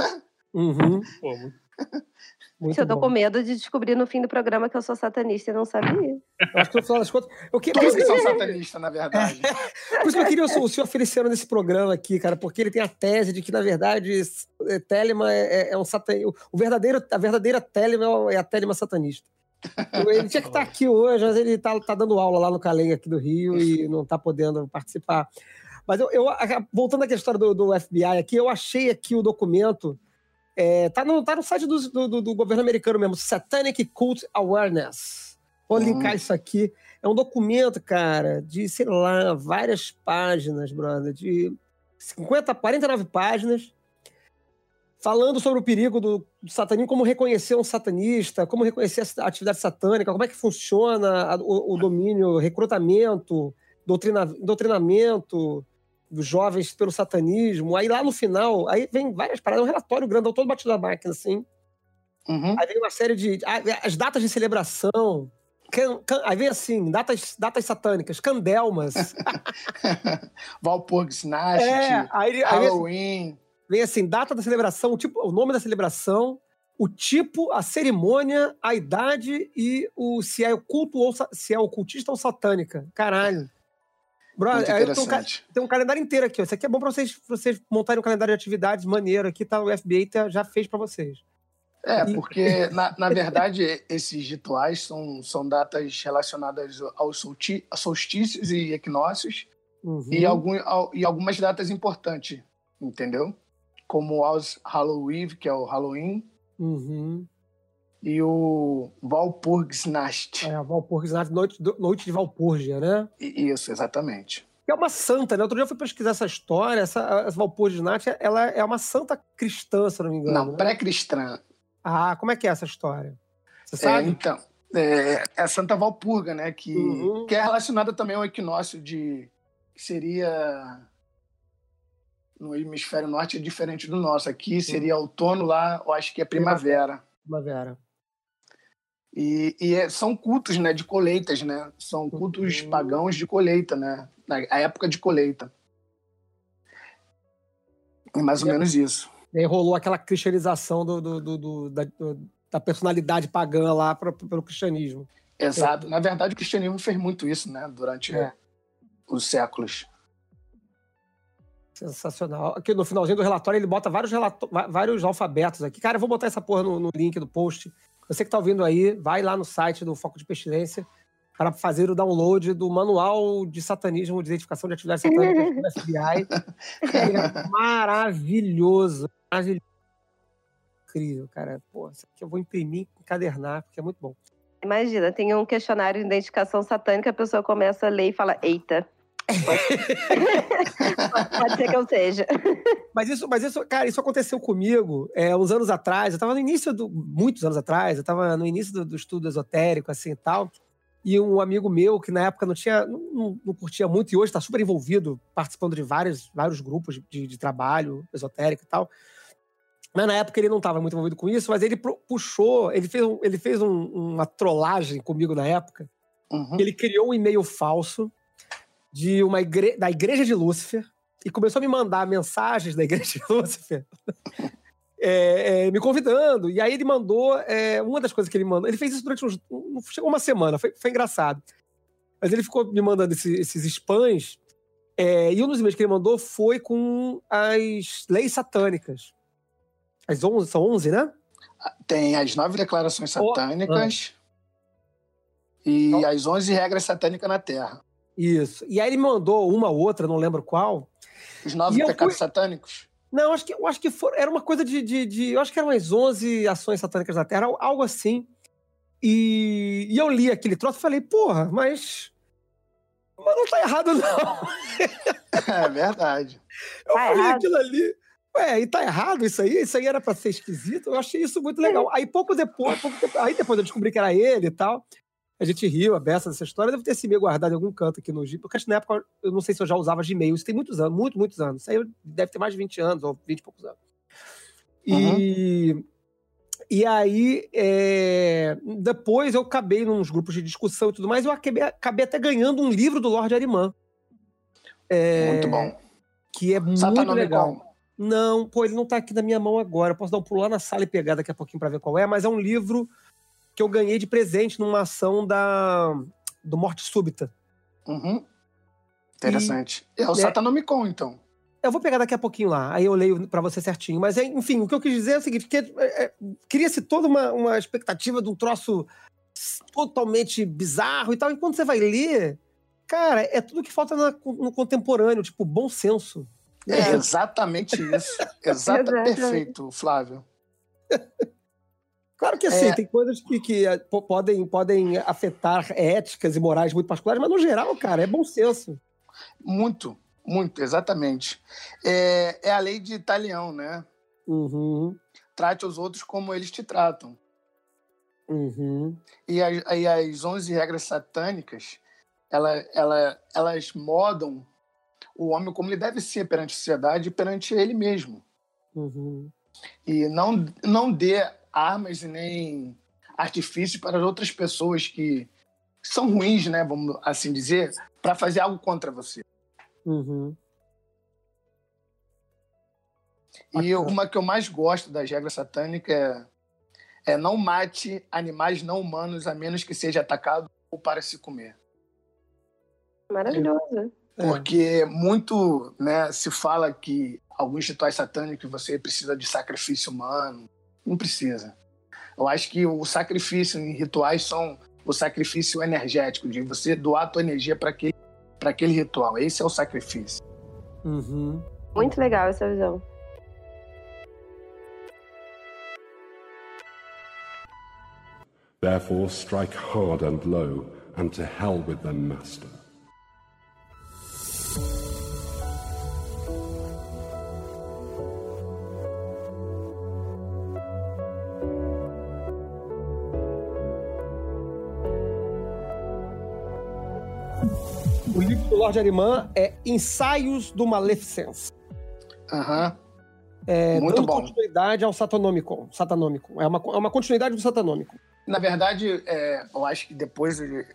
Eu tô com medo de descobrir no fim do programa que eu sou satanista e não sabia. Eu acho que no final das contas... Todos são satanistas, na verdade. Por isso que eu queria o senhor Feliciano nesse programa aqui, cara, porque ele tem a tese de que, na verdade, Telemann é um satanista. A verdadeira Telemann é a Telemann satanista. Ele tinha que estar aqui hoje, mas ele tá dando aula lá no Calem aqui do Rio e não tá podendo participar. Mas voltando à história do FBI aqui, eu achei aqui o documento... Tá no site do governo americano mesmo, Satanic Cult Awareness. Vou linkar isso aqui. É um documento, cara, de, sei lá, várias páginas, brother, de 49 páginas, falando sobre o perigo do satanismo, como reconhecer um satanista, como reconhecer a atividade satânica, como é que funciona o domínio, recrutamento, doutrinamento dos jovens pelo satanismo. Aí lá no final, aí vem várias paradas, um relatório grandão, todo batido na máquina, assim. Aí vem uma série de... as datas de celebração, aí vem assim, datas satânicas, candelmas. Walpurgisnacht, Halloween. Vem assim, data da celebração, o nome da celebração, o tipo, a cerimônia, a idade e se é culto ou se é ocultista ou satânica. Caralho. Brother, aí tem um calendário inteiro aqui. Ó. Isso aqui é bom pra vocês montarem um calendário de atividades maneiro aqui, tá? O FBI já fez pra vocês. Porque, na verdade, esses rituais são datas relacionadas aos solstícios e equinócios e algumas datas importantes, entendeu? Como aos Halloween, que é o Halloween, e o Walpurgisnacht. Walpurgisnacht, noite de Valpurgia, né? Isso, exatamente. É uma santa, né? Outro dia eu fui pesquisar essa história, essa Walpurgisnacht, ela é uma santa cristã, se eu não me engano. Não, né? Pré-cristã. Como é que é essa história? Você sabe? Então, é a Santa Walpurga, né? Que é relacionada também ao equinócio que seria... No hemisfério norte é diferente do nosso. Aqui seria outono, lá eu acho que é primavera. E são cultos, né, de colheitas, né? São cultos pagãos de colheita, né? A época de colheita. É mais ou menos isso. E aí rolou aquela cristianização da personalidade pagã lá pelo cristianismo. Exato. Na verdade, o cristianismo fez muito isso, né? Durante os séculos. Sensacional. Aqui no finalzinho do relatório, ele bota vários alfabetos aqui. Cara, eu vou botar essa porra no link do post. Você que tá ouvindo aí, vai lá no site do Foco de Pestilência para fazer o download do Manual de Satanismo, de Identificação de Atividades Satânicas do FBI. É maravilhoso. incrível, cara. Pô, isso aqui eu vou imprimir, encadernar, porque é muito bom. Imagina, tem um questionário de identificação satânica, a pessoa começa a ler e fala, eita. Pode ser que eu seja. Mas isso, cara, isso aconteceu comigo uns anos atrás. Eu tava no início muitos anos atrás, eu tava no início do estudo esotérico, assim, e tal. E um amigo meu, que na época não curtia muito, e hoje tá super envolvido, participando de vários grupos de trabalho esotérico e tal. Mas na época ele não estava muito envolvido com isso, mas ele puxou, ele fez uma trollagem comigo na época. Ele criou um e-mail falso da Igreja de Lúcifer e começou a me mandar mensagens da Igreja de Lúcifer me convidando. E aí ele mandou, uma das coisas que ele mandou, ele fez isso durante chegou uma semana, foi engraçado. Mas ele ficou me mandando esses spams, e um dos e-mails que ele mandou foi com as leis satânicas. As 11, são 11, né? Tem as 9 declarações satânicas e as 11 regras satânicas na Terra. Isso. E aí ele me mandou uma ou outra, não lembro qual. Os 9 pecados satânicos? Não, eu acho que era uma coisa eu acho que eram as 11 ações satânicas da Terra, algo assim. E eu li aquele troço e falei, porra, mas não tá errado, não. É verdade. Eu falei aquilo ali. E tá errado isso aí? Isso aí era pra ser esquisito? Eu achei isso muito legal. Aí depois eu descobri que era ele e tal. A gente riu a beça dessa história. Deve ter esse e-mail guardado em algum canto aqui no Gmail. Porque acho que na época, eu não sei se eu já usava Gmail. Isso tem muitos anos, muitos anos. Isso aí deve ter mais de 20 anos, ou 20 e poucos anos. E aí, depois eu acabei nos grupos de discussão e tudo mais. Eu acabei até ganhando um livro do Lorde Ahriman. Muito bom. Que é muito legal. Não, ele não tá aqui na minha mão agora. Eu posso dar um pulo lá na sala e pegar daqui a pouquinho pra ver qual é, mas é um livro que eu ganhei de presente numa ação do Morte Súbita. Interessante. É o Satanomicon, então. Eu vou pegar daqui a pouquinho lá, aí eu leio pra você certinho. Mas, enfim, o que eu quis dizer é o seguinte, cria-se toda uma expectativa de um troço totalmente bizarro e tal, e quando você vai ler, cara, é tudo que falta no contemporâneo, tipo, bom senso. É exatamente isso. Perfeito, Flávio. Claro que assim, tem coisas que podem afetar éticas e morais muito particulares, mas no geral, cara, é bom senso. Muito, exatamente. É a lei de Talião, né? Trate os outros como eles te tratam. E as 11 regras satânicas, elas modam o homem como ele deve ser perante a sociedade e perante ele mesmo. E não dê armas e nem artifícios para outras pessoas que são ruins, né, vamos assim dizer, para fazer algo contra você. E uma que eu mais gosto das regras satânicas é não mate animais não humanos a menos que seja atacado ou para se comer. Maravilhoso. Porque muito, né, se fala que alguns rituais satânicos você precisa de sacrifício humano. Não precisa. Eu acho que o sacrifício em rituais são o sacrifício energético, de você doar a tua energia para aquele ritual. Esse é o sacrifício. Muito legal essa visão. Therefore strike hard and low, and to hell with them, master. O livro do Lorde Ahriman é Ensaios do Maleficência. Muito bom. Continuidade ao Satanomicon. É uma continuidade do Satanomicon. Na verdade, eu acho que depois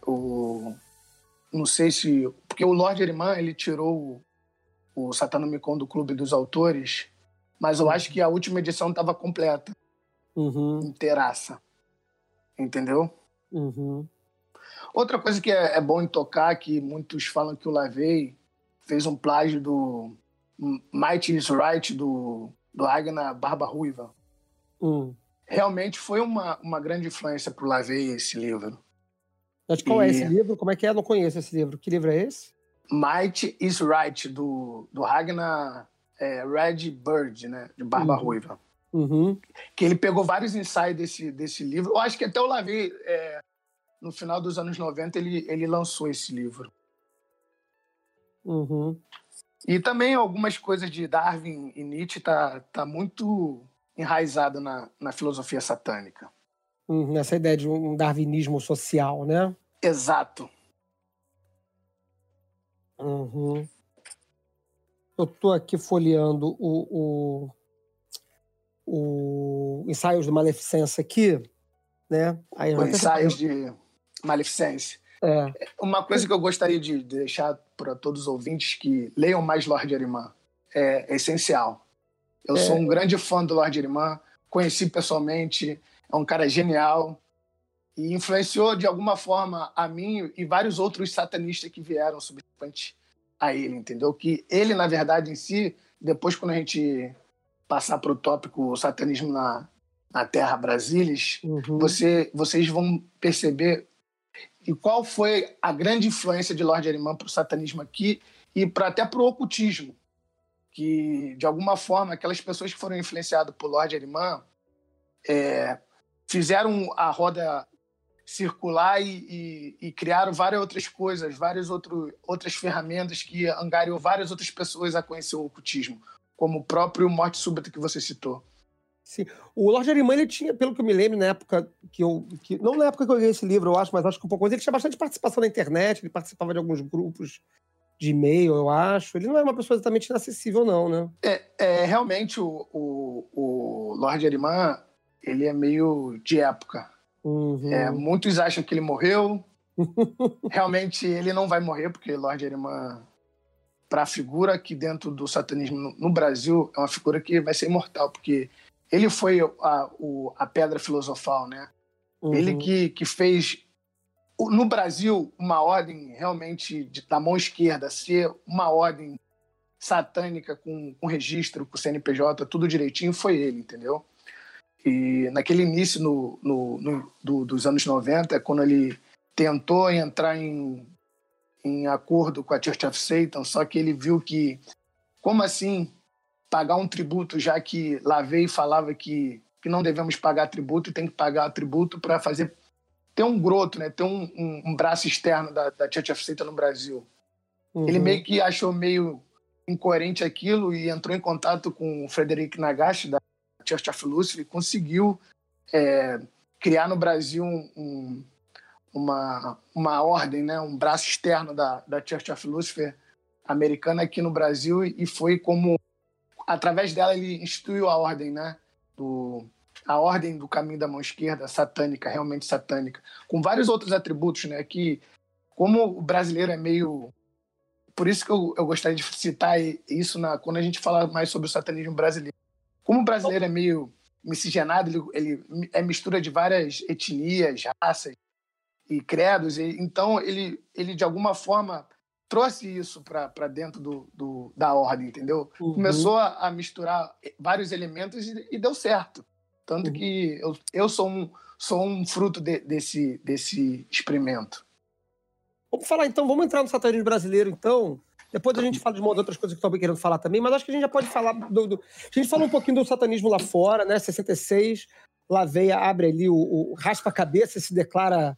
não sei se... Porque o Lorde Ahriman, ele tirou o Satanomicon do Clube dos Autores, mas eu acho que a última edição estava completa. Inteiraça. Entendeu? Outra coisa que é bom em tocar, que muitos falam que o LaVey fez um plágio do Might is Right, do Ragnar Barba Ruiva. Realmente foi uma grande influência para o LaVey esse livro. Mas qual é esse livro? Como é que é? Eu não conheço esse livro. Que livro é esse? Might is Right, do Ragnar Red Bird, né? De Barba Ruiva. que ele pegou vários insights desse livro. Eu acho que até o Lavey, no final dos anos 90, ele lançou esse livro. E também algumas coisas de Darwin e Nietzsche tá muito enraizado na filosofia satânica. Essa ideia de um darwinismo social, né? Exato. Eu tô aqui folheando o Ensaios de Maleficência aqui, né? Aí, Os ensaios de Maleficência. Uma coisa que eu gostaria de deixar para todos os ouvintes que leiam mais Lord Ahriman. É essencial. Eu sou um grande fã do Lord Ahriman, conheci pessoalmente, é um cara genial e influenciou de alguma forma a mim e vários outros satanistas que vieram subsequente a ele, entendeu? Que ele, na verdade, em si, depois quando a gente passar para o tópico satanismo na Terra Brasilis, vocês vão perceber e qual foi a grande influência de Lord Ahriman para o satanismo aqui e até para o ocultismo, que, de alguma forma, aquelas pessoas que foram influenciadas por Lord Ahriman fizeram a roda circular e criaram várias outras coisas, outras ferramentas que angariou várias outras pessoas a conhecer o ocultismo, como o próprio Morte Súbita que você citou. Sim. O Lord Ahriman, ele tinha, pelo que eu me lembro, na época não na época que eu li esse livro, eu acho, mas acho que um pouco antes, ele tinha bastante participação na internet, ele participava de alguns grupos de e-mail, eu acho. Ele não é uma pessoa exatamente inacessível, não, né? Realmente, o Lord Ahriman, ele é meio de época. Muitos acham que ele morreu. Realmente, ele não vai morrer, porque Lord Ahriman, para a figura aqui dentro do satanismo no Brasil, é uma figura que vai ser imortal, porque ele foi a pedra filosofal, né? Ele que fez, no Brasil, uma ordem realmente da mão esquerda, ser uma ordem satânica com registro, com CNPJ, tudo direitinho, foi ele, entendeu? E naquele início dos anos 90, quando ele tentou entrar em acordo com a Church of Satan, só que ele viu que, como assim pagar um tributo, já que Lavey falava que não devemos pagar tributo, e tem que pagar tributo para ter um groto, né? Ter um braço externo da Church of Satan no Brasil. Ele meio que achou meio incoerente aquilo e entrou em contato com o Frederick Nagash, da Church of Lucifer, e conseguiu criar no Brasil uma ordem, né? Um braço externo da Church of Lucifer americana aqui no Brasil, e foi como, através dela, ele instituiu a ordem, né? A ordem do caminho da mão esquerda, satânica, realmente satânica, com vários outros atributos, né? Que, como o brasileiro é meio... Por isso que eu gostaria de citar isso quando a gente fala mais sobre o satanismo brasileiro. Como o brasileiro é meio miscigenado, ele é mistura de várias etnias, raças e credos, então ele de alguma forma trouxe isso para dentro da ordem, entendeu? Começou a misturar vários elementos e deu certo. Tanto que eu sou um fruto desse experimento. Vamos entrar no satanismo brasileiro, então. Depois a gente fala de umas outras coisas que eu estava querendo falar também, mas acho que a gente já pode falar a gente falou um pouquinho do satanismo lá fora, né? 66, Lavey abre ali raspa a cabeça e se declara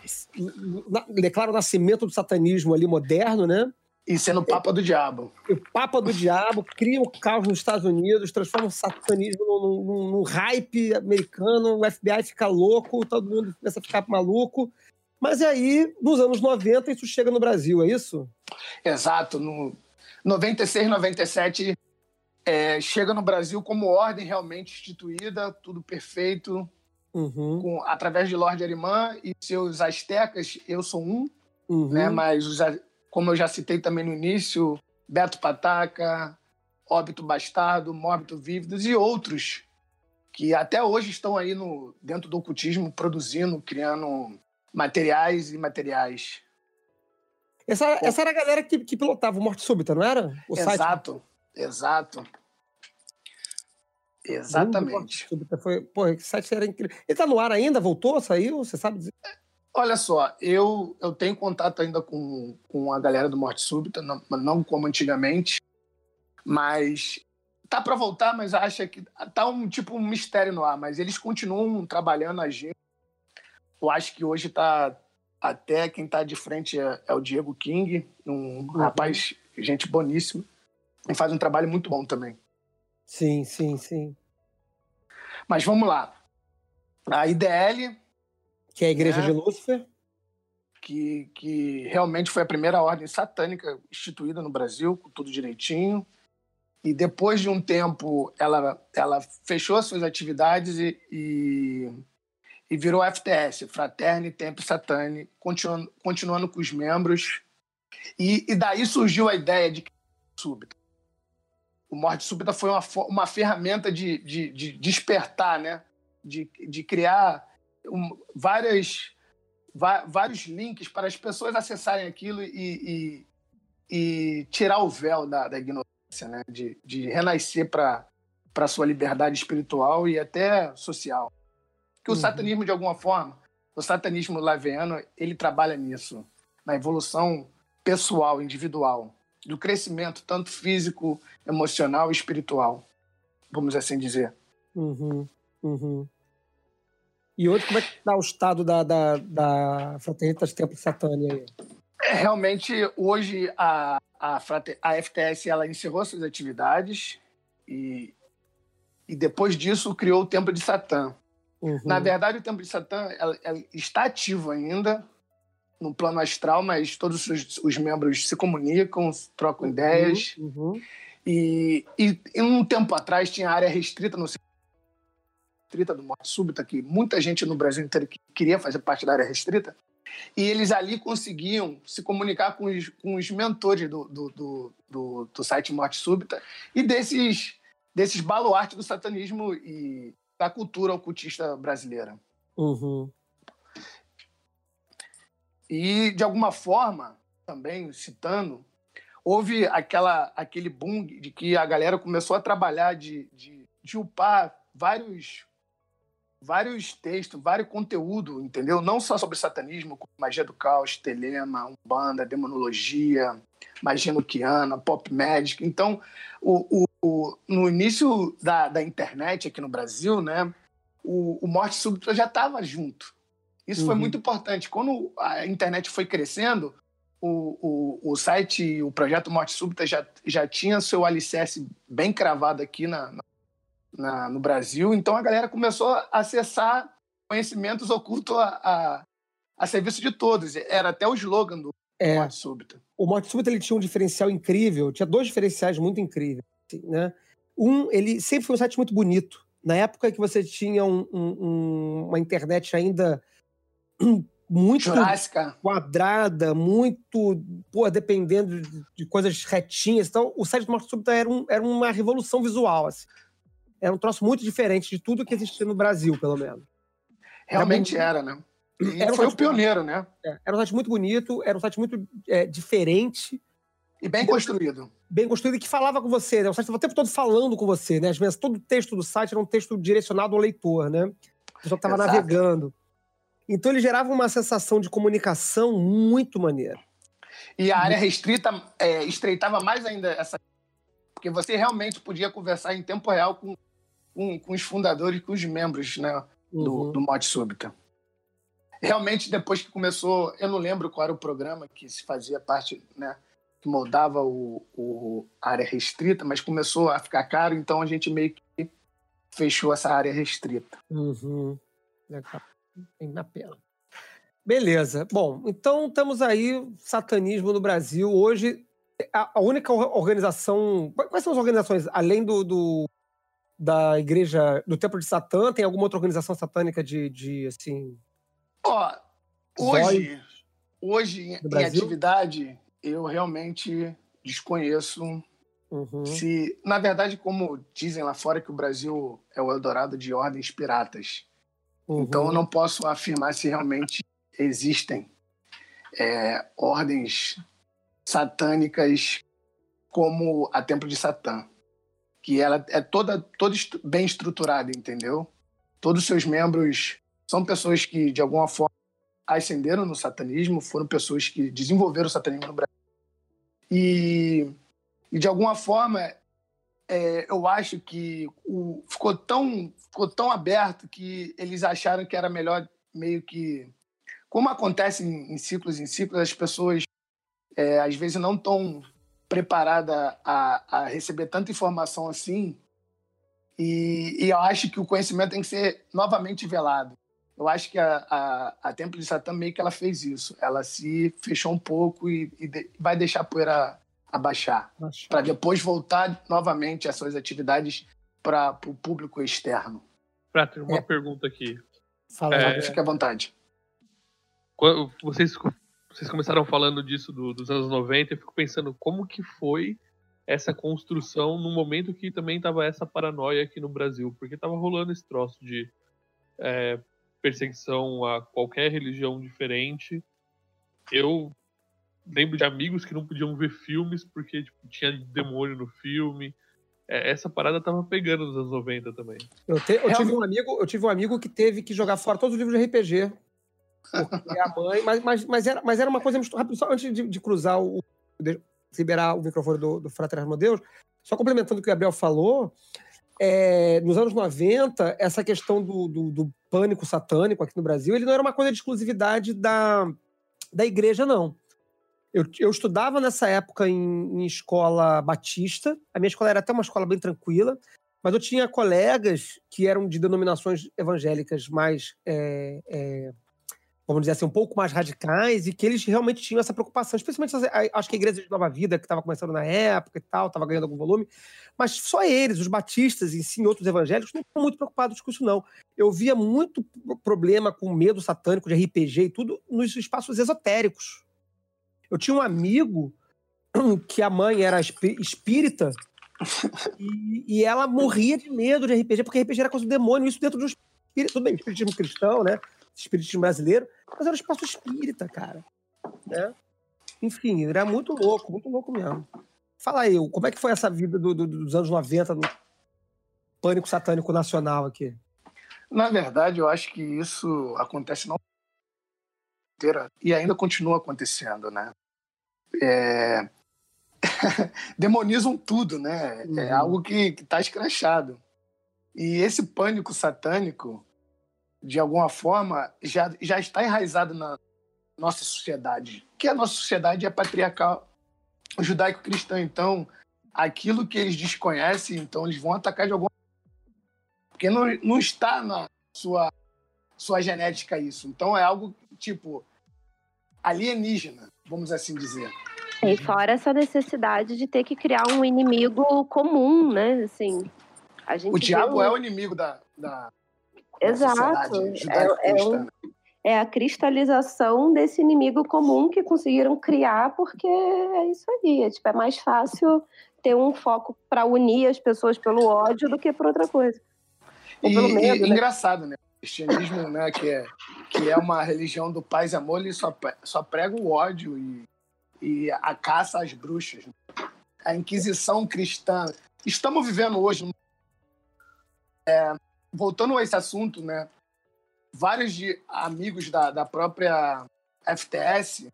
o nascimento do satanismo ali moderno, né? E sendo o Papa do Diabo. O Papa do Diabo cria o caos nos Estados Unidos, transforma o satanismo num hype americano, o FBI fica louco, todo mundo começa a ficar maluco. Mas aí, nos anos 90, isso chega no Brasil, é isso? Exato. No 96, 97, chega no Brasil como ordem realmente instituída, tudo perfeito, através de Lord Ahriman e seus astecas, eu sou um, né? Mas, como eu já citei também no início, Beto Pataca, Óbito Bastardo, Mórbito Vívidos e outros que até hoje estão aí dentro do ocultismo, produzindo, criando materiais e materiais. Essa era a galera que pilotava o Morte Súbita, não era? Exato. Exatamente. Esse site era incrível. Ele tá no ar ainda? Voltou? Saiu? Você sabe dizer? Olha só, eu tenho contato ainda com a galera do Morte Súbita, não como antigamente, mas tá para voltar, mas acha que tá um mistério no ar, mas eles continuam trabalhando, agindo. Eu acho que hoje tá até quem tá de frente é o Diego King, um rapaz, gente boníssima, e faz um trabalho muito bom também. Sim, sim, sim. Mas vamos lá. A IDL, que é a Igreja de Lúcifer, que realmente foi a primeira ordem satânica instituída no Brasil, com tudo direitinho. E depois de um tempo, ela fechou as suas atividades e virou FTS, Fraternity Tempe Satani, continuando com os membros. E daí surgiu a ideia de morte súbita. O morte súbita foi uma ferramenta de despertar, né? De criar vários links para as pessoas acessarem aquilo e tirar o véu da ignorância, né? De renascer para a sua liberdade espiritual e até social. Porque o satanismo, de alguma forma, o satanismo laveiano, ele trabalha nisso, na evolução pessoal, individual, do crescimento tanto físico, emocional e espiritual, vamos assim dizer. E hoje, como é que está o estado da Fraternidade Tempe Satani aí? Realmente, hoje, a FTS ela encerrou suas atividades e depois disso criou o Templo de Satã. Na verdade, o Templo de Satã ela está ativo ainda no plano astral, mas todos os membros se comunicam, trocam ideias. E um tempo atrás tinha área restrita no restrita do Morte Súbita, que muita gente no Brasil inteiro queria fazer parte da área restrita, e eles ali conseguiam se comunicar com os mentores do site Morte Súbita e desses baluartes do satanismo e da cultura ocultista brasileira. E, de alguma forma, também citando, houve aquele boom de que a galera começou a trabalhar de upar vários textos, vários conteúdo, entendeu? Não só sobre satanismo, como magia do caos, telema, umbanda, demonologia, magia noquiana, pop magic. Então, no início da internet aqui no Brasil, né, o Morte Súbita já estava junto. Isso foi muito importante. Quando a internet foi crescendo, o site, o projeto Morte Súbita já tinha seu alicerce bem cravado aqui no Brasil. Então a galera começou a acessar conhecimentos ocultos a serviço de todos. Era até o slogan do Morte Súbita. O Morte Súbita ele tinha um diferencial incrível, tinha dois diferenciais muito incríveis. Né? Ele sempre foi um site muito bonito. Na época que você tinha uma internet ainda muito Jurássica, quadrada, muito dependendo de coisas retinhas. Então, o site do Morte Súbita era uma revolução visual. Assim. Era um troço muito diferente de tudo que existia no Brasil, pelo menos. Realmente era, né? E foi o pioneiro, né? Era um site muito bonito, era um site muito diferente. E bem construído. Bem construído e que falava com você, né? O site estava o tempo todo falando com você, né? Às vezes todo o texto do site era um texto direcionado ao leitor, né? A pessoa que estava navegando. Então ele gerava uma sensação de comunicação muito maneira. E a área restrita estreitava mais ainda essa... Porque você realmente podia conversar em tempo real com os fundadores, com os membros, né, do Morte Súbita. Realmente, depois que começou... Eu não lembro qual era o programa que se fazia parte, né, que moldava a área restrita, mas começou a ficar caro, então a gente meio que fechou essa área restrita. Legal. Bem na pena. Beleza. Bom, então temos aí satanismo no Brasil. Hoje, a única organização... Quais são as organizações, além da igreja, do Templo de Satã? Tem alguma outra organização satânica de assim... Hoje em atividade, eu realmente desconheço se... Na verdade, como dizem lá fora, que o Brasil é o Eldorado de ordens piratas. Então, eu não posso afirmar se realmente existem ordens satânicas como a Templo de Satã, que ela é toda bem estruturada, entendeu? Todos os seus membros são pessoas que, de alguma forma, ascenderam no satanismo, foram pessoas que desenvolveram o satanismo no Brasil. E de alguma forma, eu acho que ficou tão aberto que eles acharam que era melhor meio que... Como acontece em ciclos, as pessoas às vezes não estão preparadas a receber tanta informação assim, e eu acho que o conhecimento tem que ser novamente velado. Eu acho que a Templo de Satã meio que ela fez isso. Ela se fechou um pouco e vai deixar a poeira abaixar, para depois voltar novamente às suas atividades para o público externo. Prater, uma pergunta aqui. Fala, fique à vontade. Quando vocês começaram falando disso dos anos 90, eu fico pensando como que foi essa construção no momento que também estava essa paranoia aqui no Brasil, porque estava rolando esse troço de perseguição a qualquer religião diferente. Eu lembro de amigos que não podiam ver filmes porque tipo, tinha demônio no filme. Essa parada tava pegando nos anos 90 também. Eu tive um amigo que teve que jogar fora todos os livros de RPG. Porque a mãe... Mas era uma coisa... Só antes de cruzar liberar o microfone do Frater Asmodeus, só complementando o que o Gabriel falou, nos anos 90, essa questão do pânico satânico aqui no Brasil, ele não era uma coisa de exclusividade da igreja, não. Eu estudava nessa época em escola batista. A minha escola era até uma escola bem tranquila, mas eu tinha colegas que eram de denominações evangélicas mais, vamos dizer assim, um pouco mais radicais, e que eles realmente tinham essa preocupação, especialmente, acho que a Igreja de Nova Vida, que estava começando na época e tal, estava ganhando algum volume, mas só eles, os batistas e sim outros evangélicos, não estão muito preocupados com isso, não. Eu via muito problema com medo satânico de RPG e tudo nos espaços esotéricos. Eu tinha um amigo que a mãe era espírita e ela morria de medo de RPG, porque RPG era coisa do demônio, isso dentro do espírito. Tudo bem, espiritismo cristão, né? Espiritismo brasileiro, mas era um espaço espírita, cara. Né? Enfim, era muito louco mesmo. Fala aí, como é que foi essa vida dos anos 90 no pânico satânico nacional aqui? Na verdade, eu acho que isso acontece não inteira e ainda continua acontecendo, né? Demonizam tudo, né? É algo que tá escrachado. E esse pânico satânico, de alguma forma, já está enraizado na nossa sociedade. Que a nossa sociedade é patriarcal, judaico-cristã. Então, aquilo que eles desconhecem, então eles vão atacar de alguma forma. Porque não está na sua genética isso. Então, é algo, tipo, alienígena, vamos assim dizer. E fora essa necessidade de ter que criar um inimigo comum, né? Assim, a gente o diabo é o inimigo da Exato. É a cristalização desse inimigo comum que conseguiram criar, porque é isso aí. É mais fácil ter um foco para unir as pessoas pelo ódio do que por outra coisa. Ou pelo medo, né? Engraçado, né? O cristianismo, né, que é uma religião do paz e amor, ele só prega o ódio e a caça às bruxas. A Inquisição cristã. Estamos vivendo hoje... Voltando a esse assunto, né? Vários amigos da própria FTS,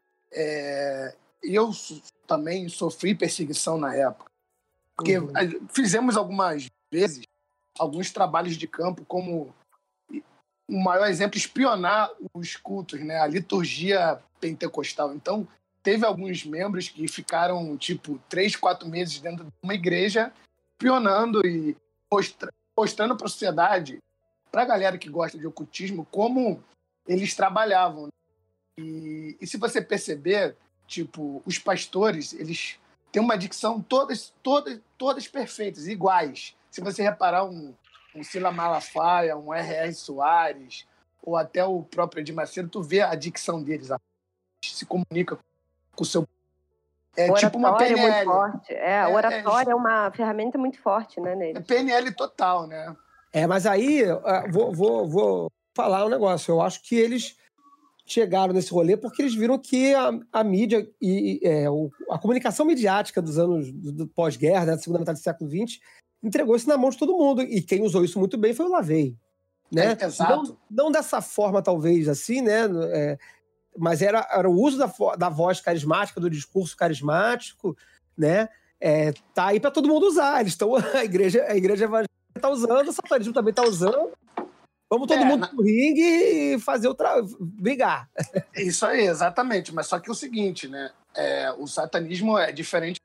eu também sofri perseguição na época. Porque fizemos algumas vezes alguns trabalhos de campo, como o maior exemplo, espionar os cultos, né? A liturgia pentecostal. Então, teve alguns membros que ficaram, 3, 4 meses dentro de uma igreja, espionando e mostrando para a sociedade, para a galera que gosta de ocultismo, como eles trabalhavam. E se você perceber, os pastores, eles têm uma dicção todas perfeitas, iguais. Se você reparar um Sila Malafaia, um R.R. Soares, ou até o próprio Edir Macedo, tu vê a dicção deles, se comunica com o seu... tipo uma PNL. É muito forte. O oratório é uma ferramenta muito forte, né, nele. É PNL total, né? Mas aí, vou falar um negócio. Eu acho que eles chegaram nesse rolê porque eles viram que a mídia e a comunicação midiática dos anos do pós-guerra, da segunda metade do século XX, entregou isso na mão de todo mundo. E quem usou isso muito bem foi o LaVey. Né? Exato. Não dessa forma, talvez, assim, né? Mas era o uso da voz carismática, do discurso carismático, né? tá aí pra todo mundo usar. Eles estão, a igreja evangélica tá usando, o satanismo também tá usando. Vamos todo mundo pro ringue e fazer brigar. Isso aí, exatamente. Mas só que é o seguinte, né? O satanismo é diferente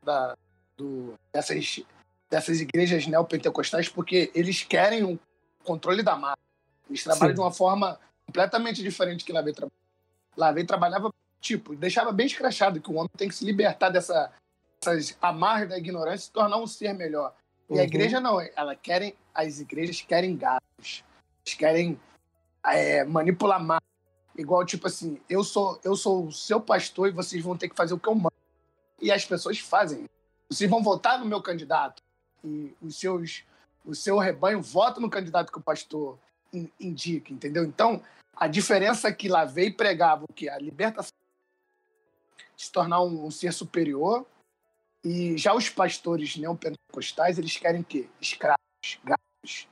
dessas igrejas neopentecostais porque eles querem o controle da massa. Eles trabalham de uma forma completamente diferente que Lavey trabalhava. Lavey trabalhava, deixava bem escrachado que o homem tem que se libertar dessas amarras da ignorância e se tornar um ser melhor. E a igreja não, as igrejas querem gatos. Eles querem manipular massa. Igual, tipo assim, eu sou o seu pastor e vocês vão ter que fazer o que eu mando. E as pessoas fazem. Vocês vão votar no meu candidato. E o seu rebanho vota no candidato que o pastor indica, entendeu? Então, a diferença é que Lavey pregava o que? A libertação, se tornar um ser superior. E já os pastores neopentecostais, eles querem o quê? Escravos, gatos.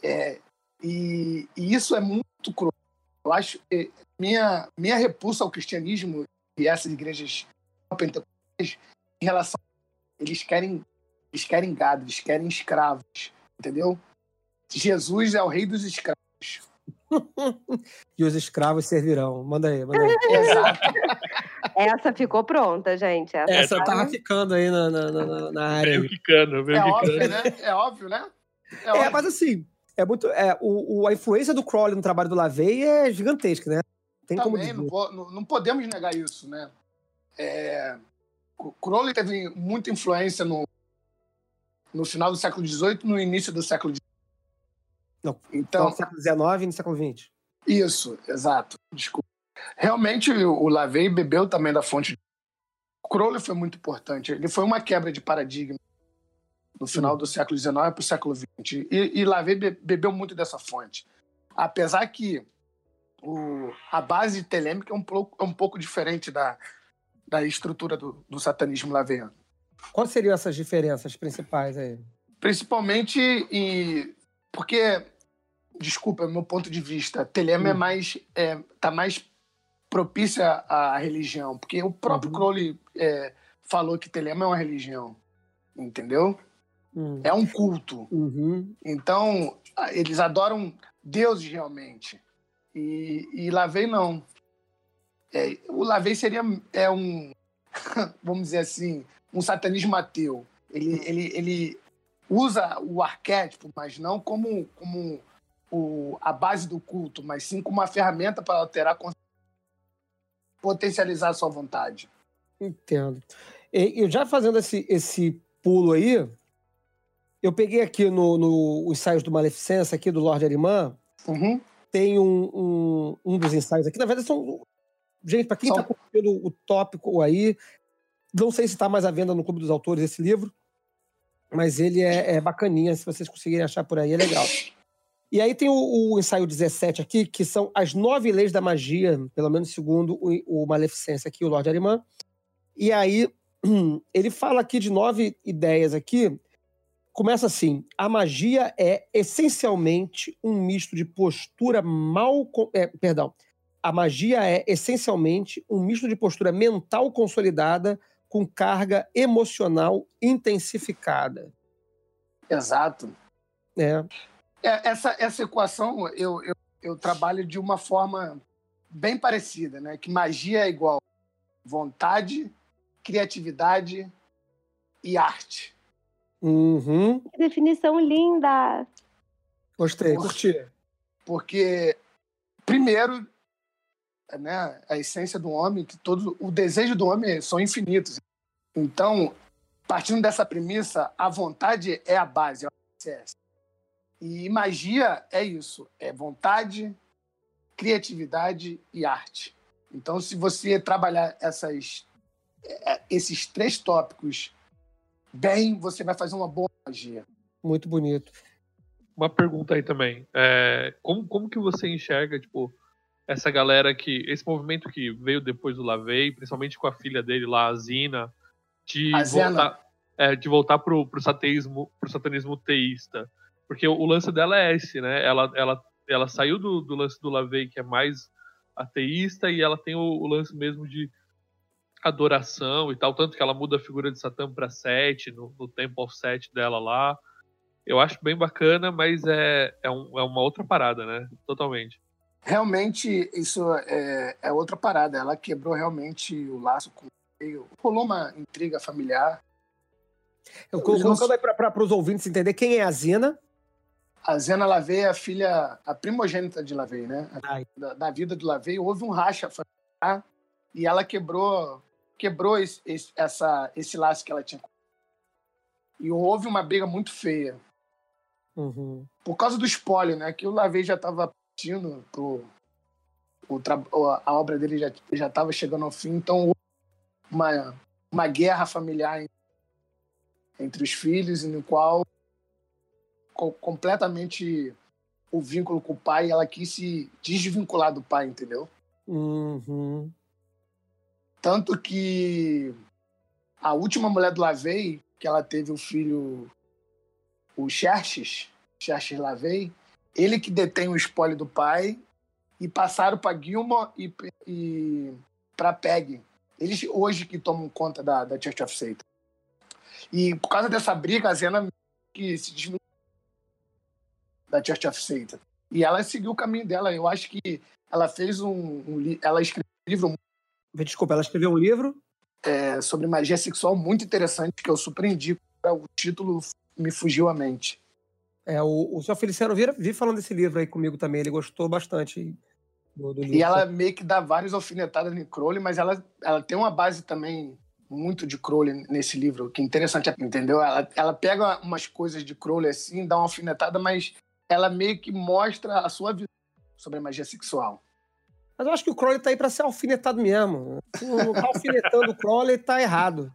E isso é muito cruel. Eu acho que minha repulsa ao cristianismo e essas igrejas neopentecostais em relação a eles querem gado, eles querem escravos, entendeu? Jesus é o rei dos escravos. E os escravos servirão. Manda aí. Exato. Essa ficou pronta, gente. Essa tava ficando aí na área. Veio quicando. Óbvio, né? É óbvio, né? Mas assim, a influência do Crowley no trabalho do Lavey é gigantesca, né? Tem como dizer. Não podemos negar isso, né? O Crowley teve muita influência no final do século XVIII, no início do século XIX. Não, então, no século XIX e no século XX. Isso, exato. Desculpa. Realmente, o Lavey bebeu também da fonte. O Crowley foi muito importante. Ele foi uma quebra de paradigma no final do século XIX para o século XX. E Lavey bebeu muito dessa fonte. Apesar que a base telêmica é um pouco diferente da estrutura do satanismo laveiano. Quais seriam essas diferenças principais aí? Principalmente porque, desculpa, meu ponto de vista, Telema tá mais propícia à religião, porque o próprio Crowley falou que Telema é uma religião, entendeu? É um culto. Então, eles adoram deuses realmente. E Lavey não. O Lavey seria vamos dizer assim, um satanismo ateu. Ele usa o arquétipo, mas não como a base do culto, mas sim como uma ferramenta para alterar, potencializar a sua vontade. Entendo. Eu já fazendo esse pulo aí, eu peguei aqui no ensaios do Maleficência, aqui do Lorde Arimã, tem um dos ensaios aqui, na verdade são... Gente, para quem está curtindo o tópico aí, não sei se está mais à venda no Clube dos Autores esse livro, mas ele é bacaninha, se vocês conseguirem achar por aí, é legal. E aí tem o ensaio 17 aqui, que são as 9 leis da magia, pelo menos segundo o Maleficência aqui, o Lorde Arimã. E aí ele fala aqui de 9 ideias aqui. Começa assim: a magia é essencialmente um misto de postura A magia é essencialmente um misto de postura mental consolidada com carga emocional intensificada. Exato. Essa equação eu trabalho de uma forma bem parecida, né? Que magia é igual vontade, criatividade e arte. Que definição linda! Gostei, curti. Porque, primeiro, né, a essência do homem, que o desejo do homem são infinitos. Então, partindo dessa premissa, a vontade é a base, é o alicerce. E magia é isso, é vontade, criatividade e arte. Então, se você trabalhar esses 3 tópicos bem, você vai fazer uma boa magia. Muito bonito. Uma pergunta aí também. Como que você enxerga, essa galera esse movimento que veio depois do Lavey, principalmente com a filha dele lá, a Zina, de voltar pro satanismo teísta? Porque o lance dela é esse, né? Ela saiu do lance do Lavey, que é mais ateísta, e ela tem o lance mesmo de adoração e tal, tanto que ela muda a figura de Satã para Sete, no Temple of Set dela lá. Eu acho bem bacana, mas é uma outra parada, né? Totalmente. Realmente, isso é outra parada. Ela quebrou realmente o laço com ele. Rolou uma intriga familiar. Colocando aí para os ouvintes entender quem é a Zina. A Zena LaVey é a primogênita de LaVey, né? Da vida de LaVey. Houve um racha familiar e ela quebrou esse laço que ela tinha. E houve uma briga muito feia. Uhum. Por causa do espólio, né? Que o LaVey já estava partindo a obra dele já estava chegando ao fim. Então, houve uma guerra familiar entre os filhos, no qual completamente o vínculo com o pai, ela quis se desvincular do pai, entendeu? Uhum. Tanto que a última mulher do LaVey, que ela teve o filho, o Xerxes LaVey, ele que detém o espólio do pai, e passaram para Gilmore e para Peg. Eles hoje que tomam conta da Church of Satan. E por causa dessa briga, a Zena que se desvinculou da Church of Satan. E ela seguiu o caminho dela. Eu acho que ela fez ela escreveu um livro. Desculpa, ela escreveu um livro? Sobre magia sexual muito interessante, que eu surpreendi. O título me fugiu à mente. O senhor Feliciano vi falando desse livro aí comigo também. Ele gostou bastante do livro. E ela meio que dá várias alfinetadas em Crowley, mas ela tem uma base também muito de Crowley nesse livro, que é interessante, entendeu? Ela pega umas coisas de Crowley assim, dá uma alfinetada, mas ela meio que mostra a sua visão sobre a magia sexual. Mas eu acho que o Crowley tá aí pra ser alfinetado mesmo. Se não tá alfinetando o Crowley, tá errado.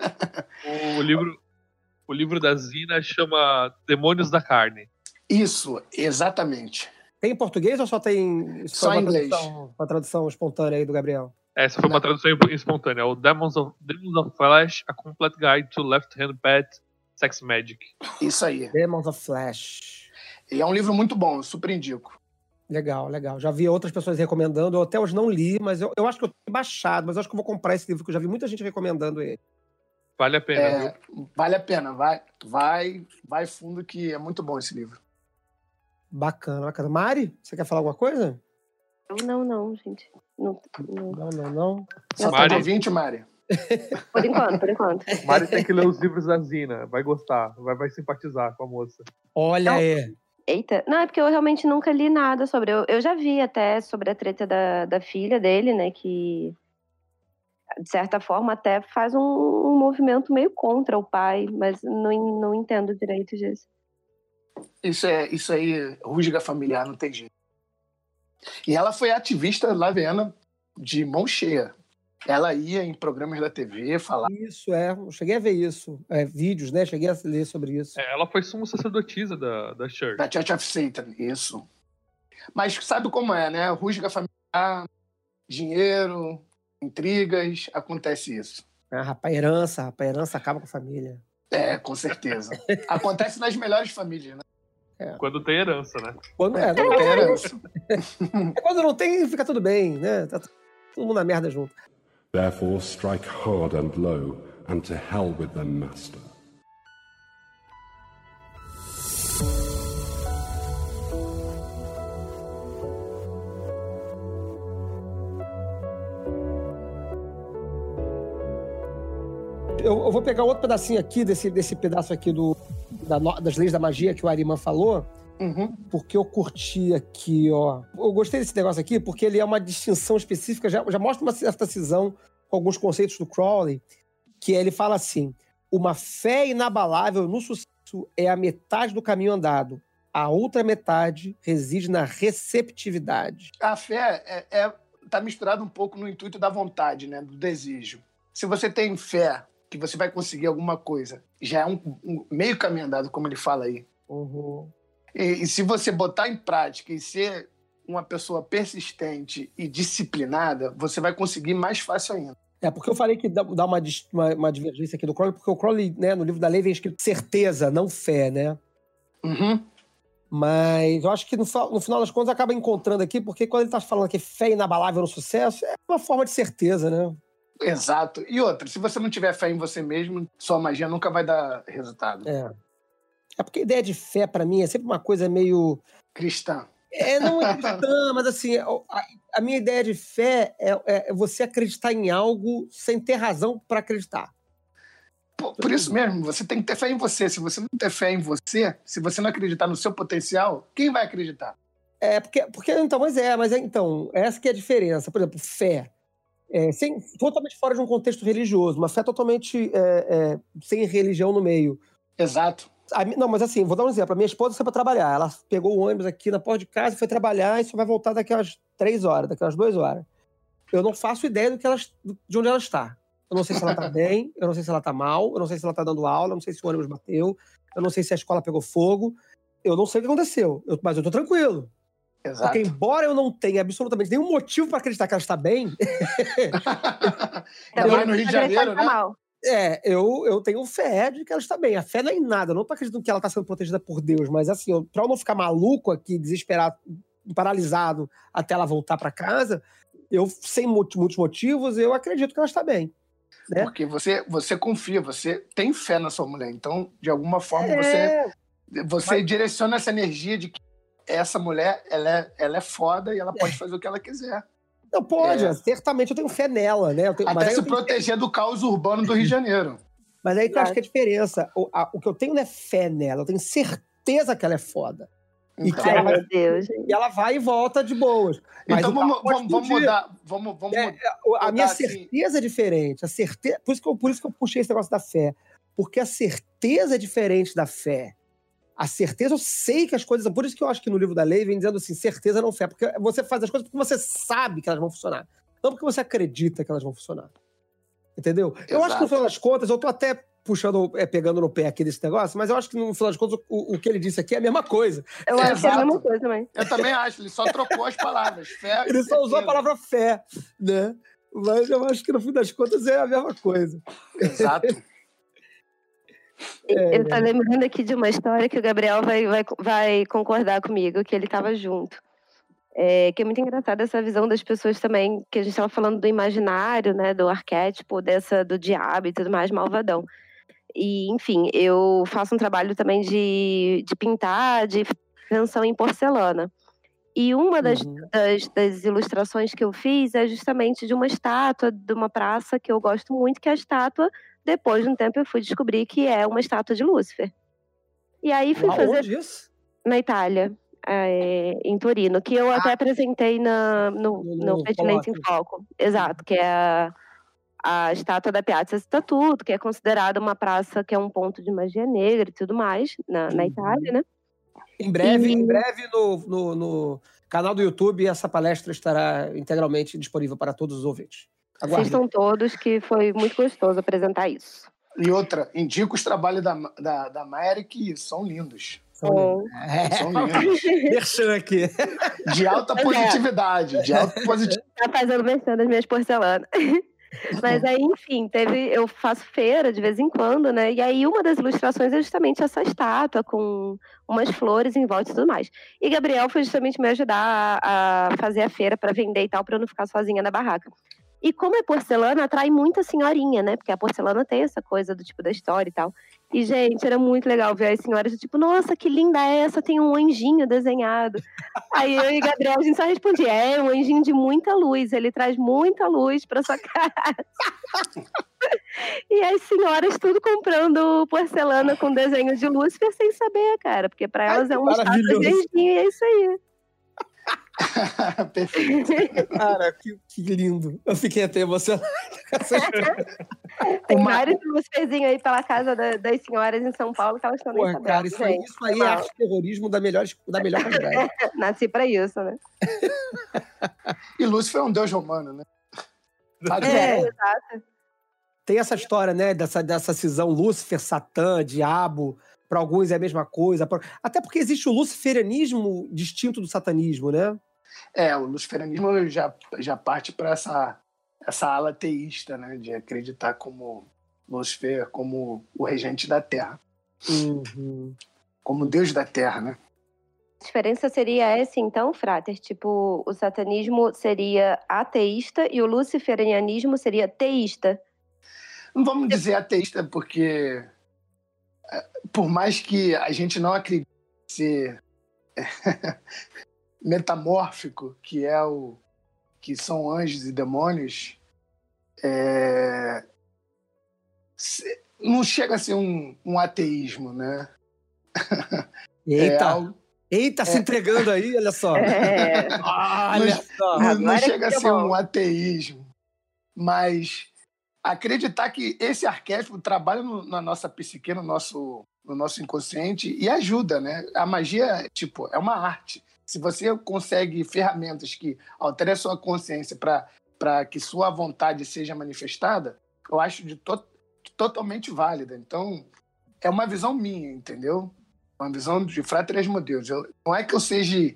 O livro da Zina chama Demônios da Carne. Isso, exatamente. Tem em português ou só tem... Só em inglês. Uma tradução espontânea aí do Gabriel? Essa foi uma tradução espontânea. O Demons of Flesh, A Complete Guide to Left-Hand Path Sex Magic. Isso aí. Demons of Flesh. E é um livro muito bom, eu super indico. Legal. Já vi outras pessoas recomendando. Eu até hoje não li, mas eu acho que eu tenho baixado. Mas eu acho que eu vou comprar esse livro, porque eu já vi muita gente recomendando ele. Vale a pena, viu? Vale a pena. Vai fundo, que é muito bom esse livro. Bacana. Mari, você quer falar alguma coisa? Não, gente. Não. Só tá ouvinte, Mari? Por enquanto. Mari tem que ler os livros da Zina. Vai gostar. Vai simpatizar com a moça. Olha aí. Eita. Não, é porque eu realmente nunca li nada sobre... Eu já vi até sobre a treta da filha dele, né? Que, de certa forma, até faz um movimento meio contra o pai. Mas não entendo direito disso. Isso aí, rusga familiar, não tem jeito. E ela foi ativista laviana de mão cheia. Ela ia em programas da TV falar. Isso, eu cheguei a ver isso. Vídeos, né? Cheguei a ler sobre isso. Ela foi sumo sacerdotisa da Church. Da Church of Satan, isso. Mas sabe como é, né? Rusga familiar, dinheiro, intrigas, acontece isso. Rapaz, herança acaba com a família. Com certeza. Acontece nas melhores famílias, né? Quando tem herança, né? Quando tem herança. Quando não tem, fica tudo bem, né? Tá todo mundo na merda junto. Therefore strike hard and low, and to hell with them, master. Eu vou pegar outro pedacinho aqui, desse pedaço aqui das leis da magia que o Ariman falou, porque eu curti aqui, ó. Eu gostei desse negócio aqui porque ele é uma distinção específica, já mostra uma certa cisão com alguns conceitos do Crowley, que ele fala assim: uma fé inabalável no sucesso é a metade do caminho andado. A outra metade reside na receptividade. A fé tá misturada um pouco no intuito da vontade, né? Do desejo. Se você tem fé que você vai conseguir alguma coisa, já é um meio caminho andado, como ele fala aí. E se você botar em prática e ser uma pessoa persistente e disciplinada, você vai conseguir mais fácil ainda. Porque eu falei que dá uma divergência aqui do Crowley, porque o Crowley, né, no livro da lei vem escrito certeza, não fé, né? Mas eu acho que no final das contas acaba encontrando aqui, porque quando ele está falando que fé inabalável no sucesso, é uma forma de certeza, né? Exato. E outra, se você não tiver fé em você mesmo, sua magia nunca vai dar resultado. É porque a ideia de fé, pra mim, é sempre uma coisa meio... Cristã. Não é cristã, mas assim, a minha ideia de fé é você acreditar em algo sem ter razão pra acreditar. Por isso mesmo, você tem que ter fé em você. Se você não ter fé em você, se você não acreditar no seu potencial, quem vai acreditar? Então, essa que é a diferença. Por exemplo, fé. Totalmente fora de um contexto religioso, uma fé totalmente sem religião no meio. Exato. Não, mas assim, vou dar um exemplo. A minha esposa foi para trabalhar. Ela pegou o ônibus aqui na porta de casa, foi trabalhar e só vai voltar daqui a umas 3 horas, daqui a umas 2 horas. Eu não faço ideia de onde ela está. Eu não sei se ela está bem, eu não sei se ela está mal, eu não sei se ela está dando aula, eu não sei se o ônibus bateu, eu não sei se a escola pegou fogo. Eu não sei o que aconteceu, mas eu tô tranquilo. Exato. Porque embora eu não tenha absolutamente nenhum motivo para acreditar que ela está bem... Ainda mais no Rio de Janeiro, né? Eu tenho fé de que ela está bem. A fé não é em nada. Eu não tô acreditando que ela está sendo protegida por Deus, mas assim, pra eu não ficar maluco aqui, desesperado, paralisado até ela voltar para casa, eu, sem muitos motivos, eu acredito que ela está bem. Né? Porque você confia, você tem fé na sua mulher. Então, de alguma forma, você direciona essa energia de que essa mulher, ela é foda e ela pode fazer o que ela quiser. Não, pode. Certamente eu tenho fé nela, né? Até se proteger do caos urbano do Rio de Janeiro. Mas aí que eu acho que é a diferença. O que eu tenho não é fé nela, eu tenho certeza que ela é foda. E que ela vai e volta de boas. Mas então vamos mudar. A minha certeza é diferente. Por isso que eu puxei esse negócio da fé. Porque a certeza é diferente da fé. A certeza, eu sei que as coisas... Por isso que eu acho que no livro da lei vem dizendo assim, certeza não fé. Porque você faz as coisas porque você sabe que elas vão funcionar. Não porque você acredita que elas vão funcionar. Entendeu? Exato. Eu acho que no final das contas, eu tô até pegando no pé aqui desse negócio, mas eu acho que no final das contas o que ele disse aqui é a mesma coisa. Eu acho que é a mesma coisa também. Eu também acho, ele só trocou as palavras. Fé, ele só usou a palavra fé, né? Mas eu acho que no fim das contas é a mesma coisa. Exato. Eu tô lembrando aqui de uma história que o Gabriel vai concordar comigo, que ele estava junto. Que é muito engraçada essa visão das pessoas também, que a gente estava falando do imaginário, né, do arquétipo, do diabo e tudo mais, malvadão. E, enfim, eu faço um trabalho também de pintar, de pensão em porcelana. E uma das ilustrações que eu fiz é justamente de uma estátua de uma praça que eu gosto muito, que é a estátua, depois de um tempo eu fui descobrir que é uma estátua de Lúcifer. E aí fui fazer... Onde isso? Na Itália, em Torino, que eu até apresentei no Pertinente em Foco. Exato, que é a estátua da Piazza Statuto, que é considerada uma praça que é um ponto de magia negra e tudo mais, na Itália, né? Em breve no canal do YouTube, essa palestra estará integralmente disponível para todos os ouvintes. Assistam todos, que foi muito gostoso apresentar isso. E outra, indico os trabalhos da Mary, que são lindos. São lindos. Merchan aqui. De alta positividade. De alta positividade. Tá fazendo merchan das minhas porcelanas. Mas aí, enfim, eu faço feira de vez em quando, né? E aí uma das ilustrações é justamente essa estátua com umas flores em volta e tudo mais. E Gabriel foi justamente me ajudar a fazer a feira para vender e tal, para eu não ficar sozinha na barraca. E como é porcelana, atrai muita senhorinha, né? Porque a porcelana tem essa coisa do tipo da história e tal. E, gente, era muito legal ver as senhoras tipo, nossa, que linda é essa, tem um anjinho desenhado. Aí eu e Gabriel, a gente só respondia, é um anjinho de muita luz, ele traz muita luz pra sua casa. E as senhoras tudo comprando porcelana com desenho de Lúcifer sem saber, cara, porque pra elas é uma estátua de anjinho e é isso aí. Perfeito. Cara, que lindo. Eu fiquei até emocionado com essa história. Tem vários Luciferzinhos aí pela casa das senhoras em São Paulo que elas estão nem sabendo. Cara, isso aí é arte-terrorismo da melhor qualidade. Nasci pra isso, né? E Lúcifer é um deus romano, né? Exato. Tem essa história, né, dessa cisão Lúcifer, Satã, Diabo. Para alguns é a mesma coisa. Até porque existe o luciferianismo distinto do satanismo, né? O luciferianismo já parte para essa ala teísta, né? De acreditar como Lúcifer como o regente da Terra. Uhum. Como Deus da Terra, né? diferença seria essa, então, Frater? Tipo, o satanismo seria ateísta e o luciferianismo seria teísta? Não vamos dizer ateísta, porque por mais que a gente não acredite ser metamórfico, que são anjos e demônios, não chega a ser um ateísmo, né? Eita! Eita, se entregando aí, olha só. Olha só. Não chega a ser um ateísmo, mas acreditar que esse arquétipo trabalha na nossa psique, no nosso inconsciente e ajuda, né? A magia, tipo, é uma arte. Se você consegue ferramentas que alterem a sua consciência para que sua vontade seja manifestada, eu acho totalmente válida. Então, é uma visão minha, entendeu? Uma visão de Frater Asmodeus. Não é que eu seja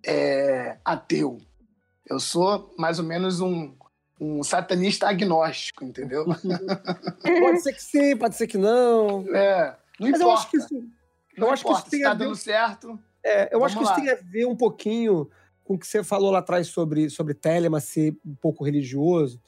ateu. Eu sou mais ou menos um satanista agnóstico, entendeu? Pode ser que sim, pode ser que não. Não importa. Mas eu acho que isso, tem a ver. Dando certo. Eu acho que isso tem a ver um pouquinho com o que você falou lá atrás sobre Telema ser um pouco religioso.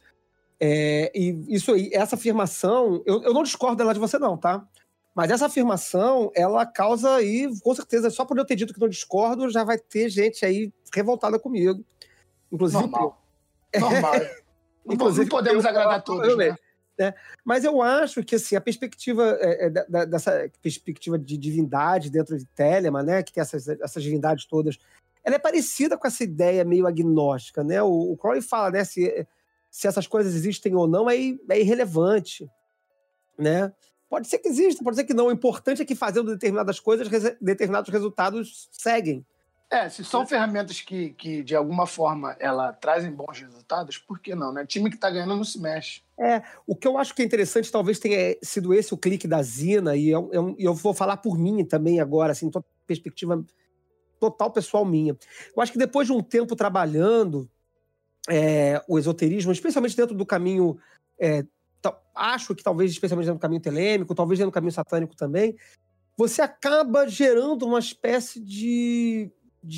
E isso aí, essa afirmação, eu não discordo dela de você, não, tá? Mas essa afirmação, ela causa aí, com certeza, só por eu ter dito que não discordo, já vai ter gente aí revoltada comigo. Inclusive. Normal. Inclusive, não podemos agradar todos, né? Mas eu acho que assim, a perspectiva dessa perspectiva de divindade dentro de Telema, né, que tem essas divindades todas, ela é parecida com essa ideia meio agnóstica, né? O Crowley fala, né, se essas coisas existem ou não é irrelevante, né? Pode ser que exista, pode ser que não. O importante é que fazendo determinadas coisas, determinados resultados seguem. Se são ferramentas que de alguma forma, trazem bons resultados, por que não, né? Time que tá ganhando não se mexe. O que eu acho que é interessante, talvez tenha sido esse o clique da Zina, e eu vou falar por mim também agora, assim, perspectiva total pessoal minha. Eu acho que depois de um tempo trabalhando o esoterismo, especialmente dentro do caminho... acho que talvez especialmente dentro do caminho telêmico, talvez dentro do caminho satânico também, você acaba gerando uma espécie de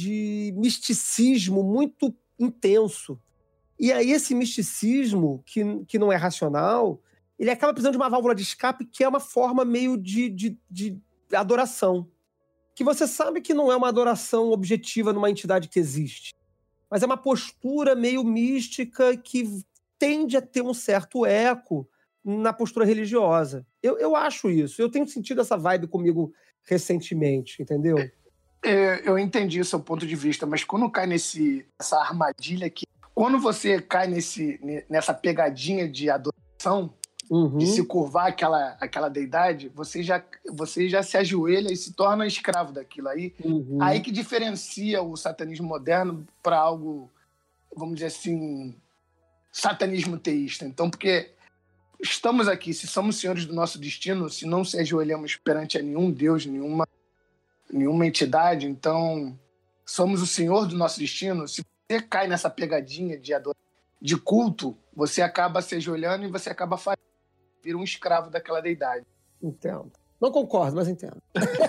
misticismo muito intenso. E aí esse misticismo, que não é racional, ele acaba precisando de uma válvula de escape que é uma forma meio de adoração. Que você sabe que não é uma adoração objetiva numa entidade que existe, mas é uma postura meio mística que tende a ter um certo eco na postura religiosa. Eu acho isso. Eu tenho sentido essa vibe comigo recentemente, entendeu? Eu entendi o seu ponto de vista, mas quando cai nessa armadilha aqui, quando você cai nessa pegadinha de adoração, de se curvar aquela deidade, você já se ajoelha e se torna escravo daquilo aí. Aí que diferencia o satanismo moderno para algo, vamos dizer assim, satanismo teísta. Então, porque estamos aqui, se somos senhores do nosso destino, se não se ajoelhamos perante a nenhum Deus, nenhuma entidade, então somos o senhor do nosso destino. Se você cai nessa pegadinha de culto, você acaba se ajoelhando e você acaba vira um escravo daquela deidade. Entendo. Não concordo, mas entendo.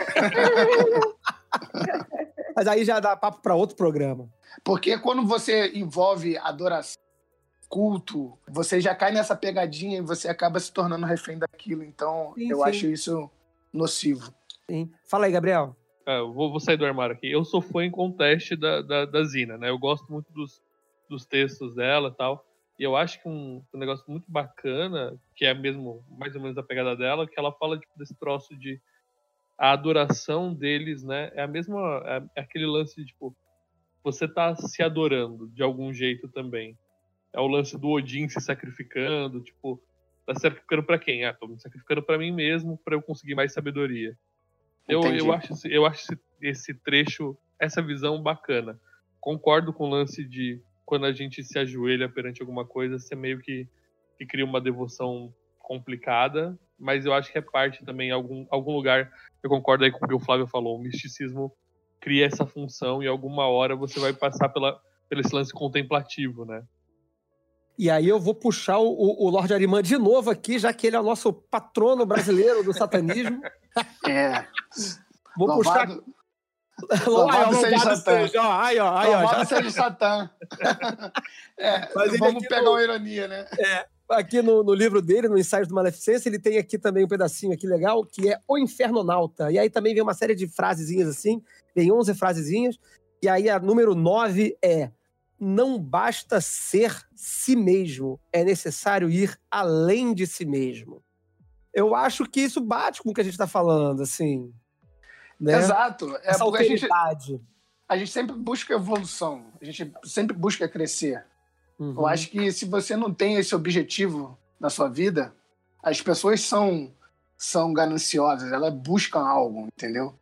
Mas aí já dá papo para outro programa. Porque quando você envolve adoração, culto, você já cai nessa pegadinha e você acaba se tornando refém daquilo. Então, eu acho isso nocivo. Sim. Fala aí, Gabriel. Eu vou sair do armário aqui. Eu sou fã inconteste da Zina, né? Eu gosto muito dos textos dela e tal. E eu acho que um negócio muito bacana, que é mesmo mais ou menos a pegada dela, que ela fala desse troço de a adoração deles, né? É a mesma... É aquele lance de, tipo, você tá se adorando de algum jeito também. É o lance do Odin se sacrificando, tipo, tá se sacrificando pra quem? Tô me sacrificando pra mim mesmo, pra eu conseguir mais sabedoria. Eu acho esse trecho, essa visão bacana. Concordo com o lance de quando a gente se ajoelha perante alguma coisa, você meio que cria uma devoção complicada, mas eu acho que é parte também, em algum lugar, eu concordo aí com o que o Flávio falou, o misticismo cria essa função e alguma hora você vai passar pelo esse lance contemplativo, né? E aí eu vou puxar o Lorde Arimã de novo aqui, já que ele é o nosso patrono brasileiro do satanismo. É. Vou puxar... Louvado seja Satã. Aí, ó. Louvado seja Satã. Vamos pegar uma ironia, né? Aqui no livro dele, no Ensaios do Maleficência, ele tem aqui também um pedacinho aqui legal, que é O Infernonauta. E aí também vem uma série de frasezinhas assim, vem 11 frasezinhas, e aí a número 9 é: não basta ser si mesmo, é necessário ir além de si mesmo. Eu acho que isso bate com o que a gente está falando, assim. Né? Exato. Essa alteridade. A gente sempre busca evolução, a gente sempre busca crescer. Uhum. Eu acho que se você não tem esse objetivo na sua vida, as pessoas são gananciosas, elas buscam algo, entendeu?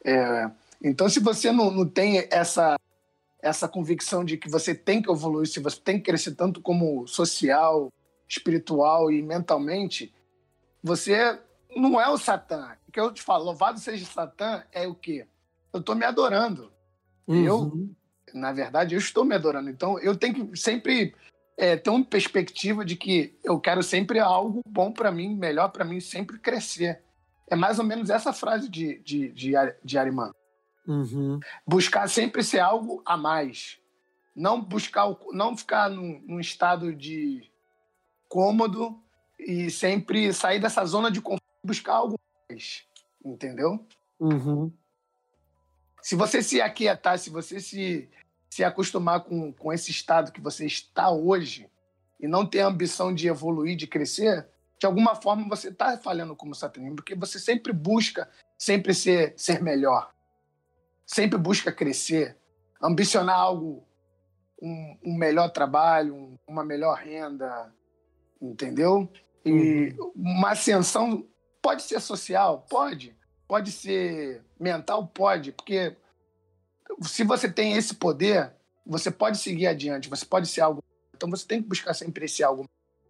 Então, se você não tem essa convicção de que você tem que evoluir, se você tem que crescer tanto como social, espiritual e mentalmente, você não é o Satã. O que eu te falo, louvado seja Satã, é o quê? Eu estou me adorando. Uhum. Na verdade, eu estou me adorando. Então, eu tenho que sempre ter uma perspectiva de que eu quero sempre algo bom para mim, melhor para mim, sempre crescer. É mais ou menos essa frase de Arimã. Uhum. Buscar sempre ser algo a mais. Não ficar num estado de cômodo e sempre sair dessa zona de conforto e buscar algo mais. Entendeu? Uhum. Se você se aquietar, se você se acostumar com esse estado que você está hoje e não ter a ambição de evoluir, de crescer, de alguma forma você está falhando como satanismo, porque você sempre busca sempre ser melhor. Sempre busca crescer, ambicionar algo, um melhor trabalho, uma melhor renda, entendeu? E uma ascensão pode ser social, pode ser mental, pode, porque se você tem esse poder, você pode seguir adiante, você pode ser algo. Então você tem que buscar sempre esse algo.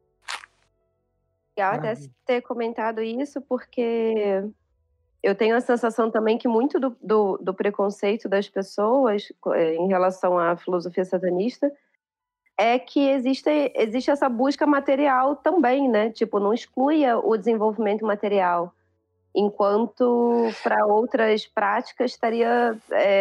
Legal até ter comentado isso, porque eu tenho a sensação também que muito do preconceito das pessoas em relação à filosofia satanista é que existe essa busca material também, né? Tipo, não exclui o desenvolvimento material, enquanto para outras práticas estaria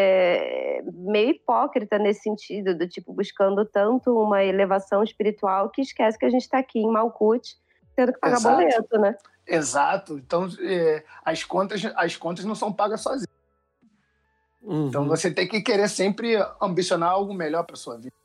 meio hipócrita nesse sentido, do tipo, buscando tanto uma elevação espiritual que esquece que a gente está aqui em Malkuth tendo que pagar boleto, né? Exato. Então, as contas não são pagas sozinhas. Uhum. Então, você tem que querer sempre ambicionar algo melhor para sua vida.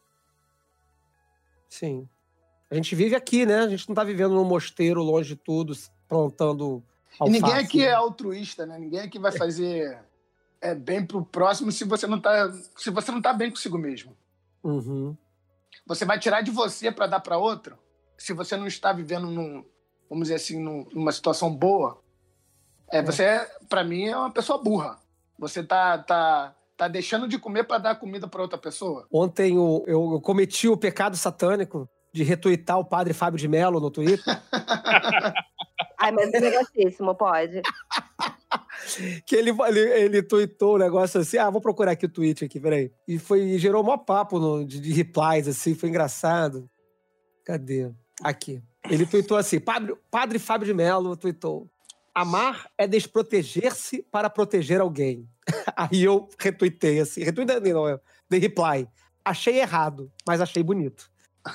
Sim. A gente vive aqui, né? A gente não tá vivendo num mosteiro longe de tudo, plantando alface. E ninguém aqui é altruísta, né? Ninguém aqui vai fazer bem pro próximo se você não tá bem consigo mesmo. Uhum. Você vai tirar de você para dar para outro? Se você não está vivendo vamos dizer assim, numa situação boa, você, para mim, é uma pessoa burra. Você tá deixando de comer para dar comida para outra pessoa. Ontem eu cometi o pecado satânico de retweetar o padre Fábio de Mello no Twitter. Ai, mas é negatíssimo, pode. Que ele tweetou um negócio assim, vou procurar aqui o tweet aqui, peraí. E gerou um maior papo de replies, assim, foi engraçado. Cadê? Aqui. Ele tweetou assim, padre Fábio de Mello tweetou: amar é desproteger-se para proteger alguém. Aí eu retuitei assim, não, dei reply. Achei errado, mas achei bonito.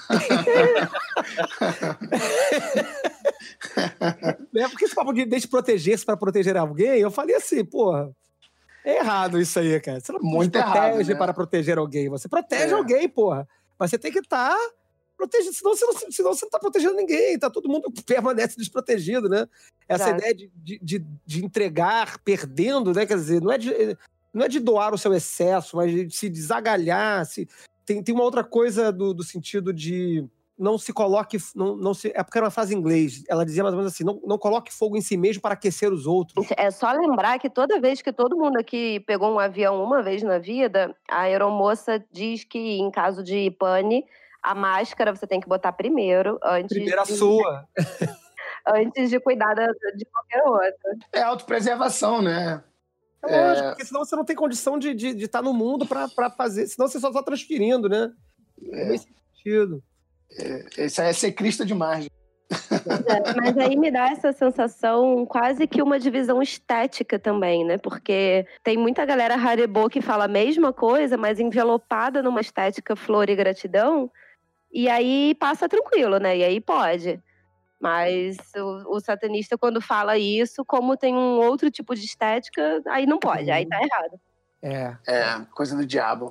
Porque esse papo de desproteger-se para proteger alguém, eu falei assim, porra, é errado isso aí, cara. Você não protege para proteger alguém, você protege alguém, porra. Mas você tem que estar protegido, senão você não está protegendo ninguém, tá, todo mundo permanece desprotegido, né? Essa ideia de entregar perdendo, né? Quer dizer, não é de doar o seu excesso, mas de se desagalhar. Tem uma outra coisa do sentido de não se coloque... é porque era uma frase em inglês. Ela dizia mais ou menos assim, não coloque fogo em si mesmo para aquecer os outros. É só lembrar que toda vez que todo mundo aqui pegou um avião uma vez na vida, a aeromoça diz que em caso de pane, a máscara você tem que botar primeiro, Primeiro a sua. Antes de cuidar de qualquer outra. É autopreservação, né? Lógico, porque senão você não tem condição de estar no mundo para fazer, senão você só está transferindo, né? Nesse sentido. Isso aí é ser crista demais. Mas aí me dá essa sensação quase que uma divisão estética também, né? Porque tem muita galera Haribo que fala a mesma coisa, mas envelopada numa estética flor e gratidão, e aí passa tranquilo, né? E aí pode. Mas o satanista, quando fala isso, como tem um outro tipo de estética, aí não pode, aí tá errado. Coisa do diabo.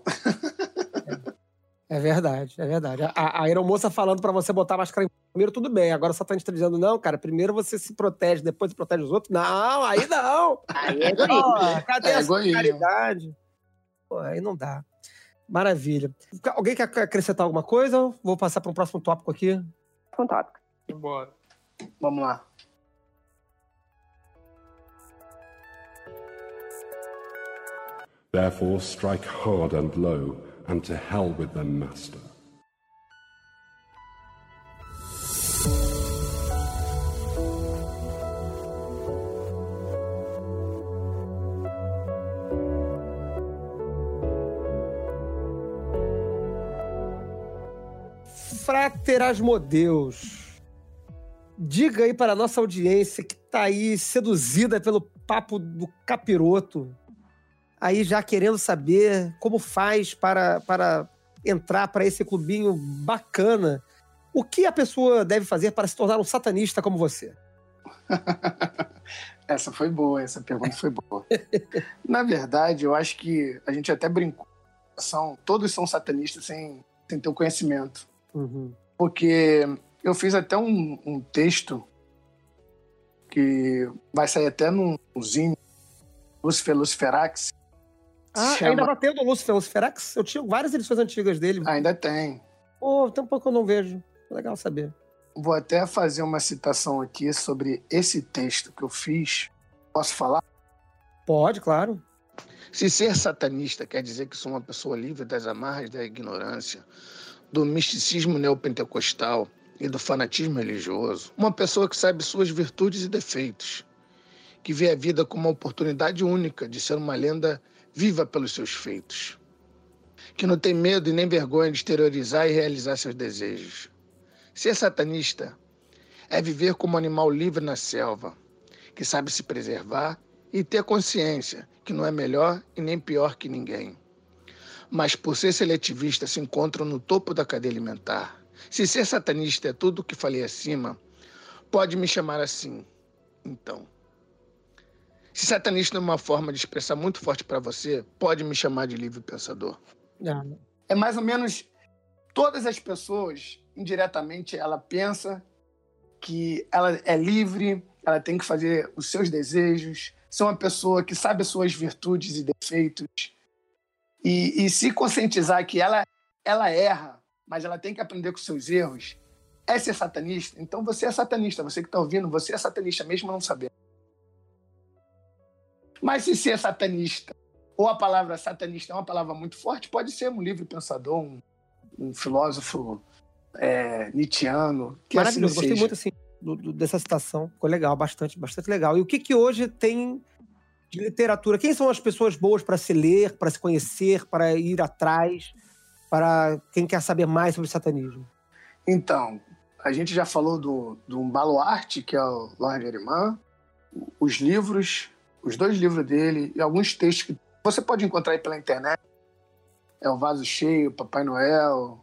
É verdade, é verdade. A aeromoça falando pra você botar a máscara primeiro, tudo bem. Agora o satanista dizendo, não, cara, primeiro você se protege, depois você protege os outros. Não, aí não. Aí é egoísmo. Cadê a solidariedade? Pô, aí não dá. Maravilha. Alguém quer acrescentar alguma coisa? Vou passar para um próximo tópico aqui. Um tópico. Bora. Vamos lá. Therefore strike hard and low, and to hell with them, master. Frater Asmodeus, diga aí para a nossa audiência que tá aí seduzida pelo papo do capiroto, aí já querendo saber como faz para entrar para esse clubinho bacana. O que a pessoa deve fazer para se tornar um satanista como você? Essa foi boa, essa pergunta foi boa. Na verdade, eu acho que a gente até brincou. Todos são satanistas sem ter o conhecimento. Uhum. Porque eu fiz até um texto que vai sair até num zine, Luciferax. Ainda tá tendo o Luciferax? Eu tinha várias edições antigas dele. Ainda tem. Pô, tem um pouco que eu não vejo. Legal saber. Vou até fazer uma citação aqui sobre esse texto que eu fiz. Posso falar? Pode, claro. Se ser satanista quer dizer que sou uma pessoa livre das amarras da ignorância, do misticismo neopentecostal e do fanatismo religioso, uma pessoa que sabe suas virtudes e defeitos, que vê a vida como uma oportunidade única de ser uma lenda viva pelos seus feitos, que não tem medo e nem vergonha de exteriorizar e realizar seus desejos. Ser satanista é viver como um animal livre na selva, que sabe se preservar e ter consciência que não é melhor e nem pior que ninguém. Mas por ser seletivista se encontram no topo da cadeia alimentar. Se ser satanista é tudo o que falei acima, pode me chamar assim. Então, se satanista é uma forma de expressar muito forte para você, pode me chamar de livre pensador. É mais ou menos todas as pessoas, indiretamente, ela pensa que ela é livre, ela tem que fazer os seus desejos, ser uma pessoa que sabe as suas virtudes e defeitos, e se conscientizar que ela erra, mas ela tem que aprender com seus erros, é ser satanista. Então você é satanista, você que está ouvindo, você é satanista, mesmo não sabendo. Mas se ser satanista, ou a palavra satanista é uma palavra muito forte, pode ser um livre pensador, um filósofo nietzschiano. Maravilhoso, assim gostei muito assim, dessa citação, ficou legal, bastante legal. E o que hoje tem de literatura? Quem são as pessoas boas para se ler, para se conhecer, para ir atrás, para quem quer saber mais sobre satanismo? Então, a gente já falou do um baluarte, que é o Lord Ariman, os livros, os 2 livros dele e alguns textos que você pode encontrar aí pela internet. É o Vaso Cheio, Papai Noel.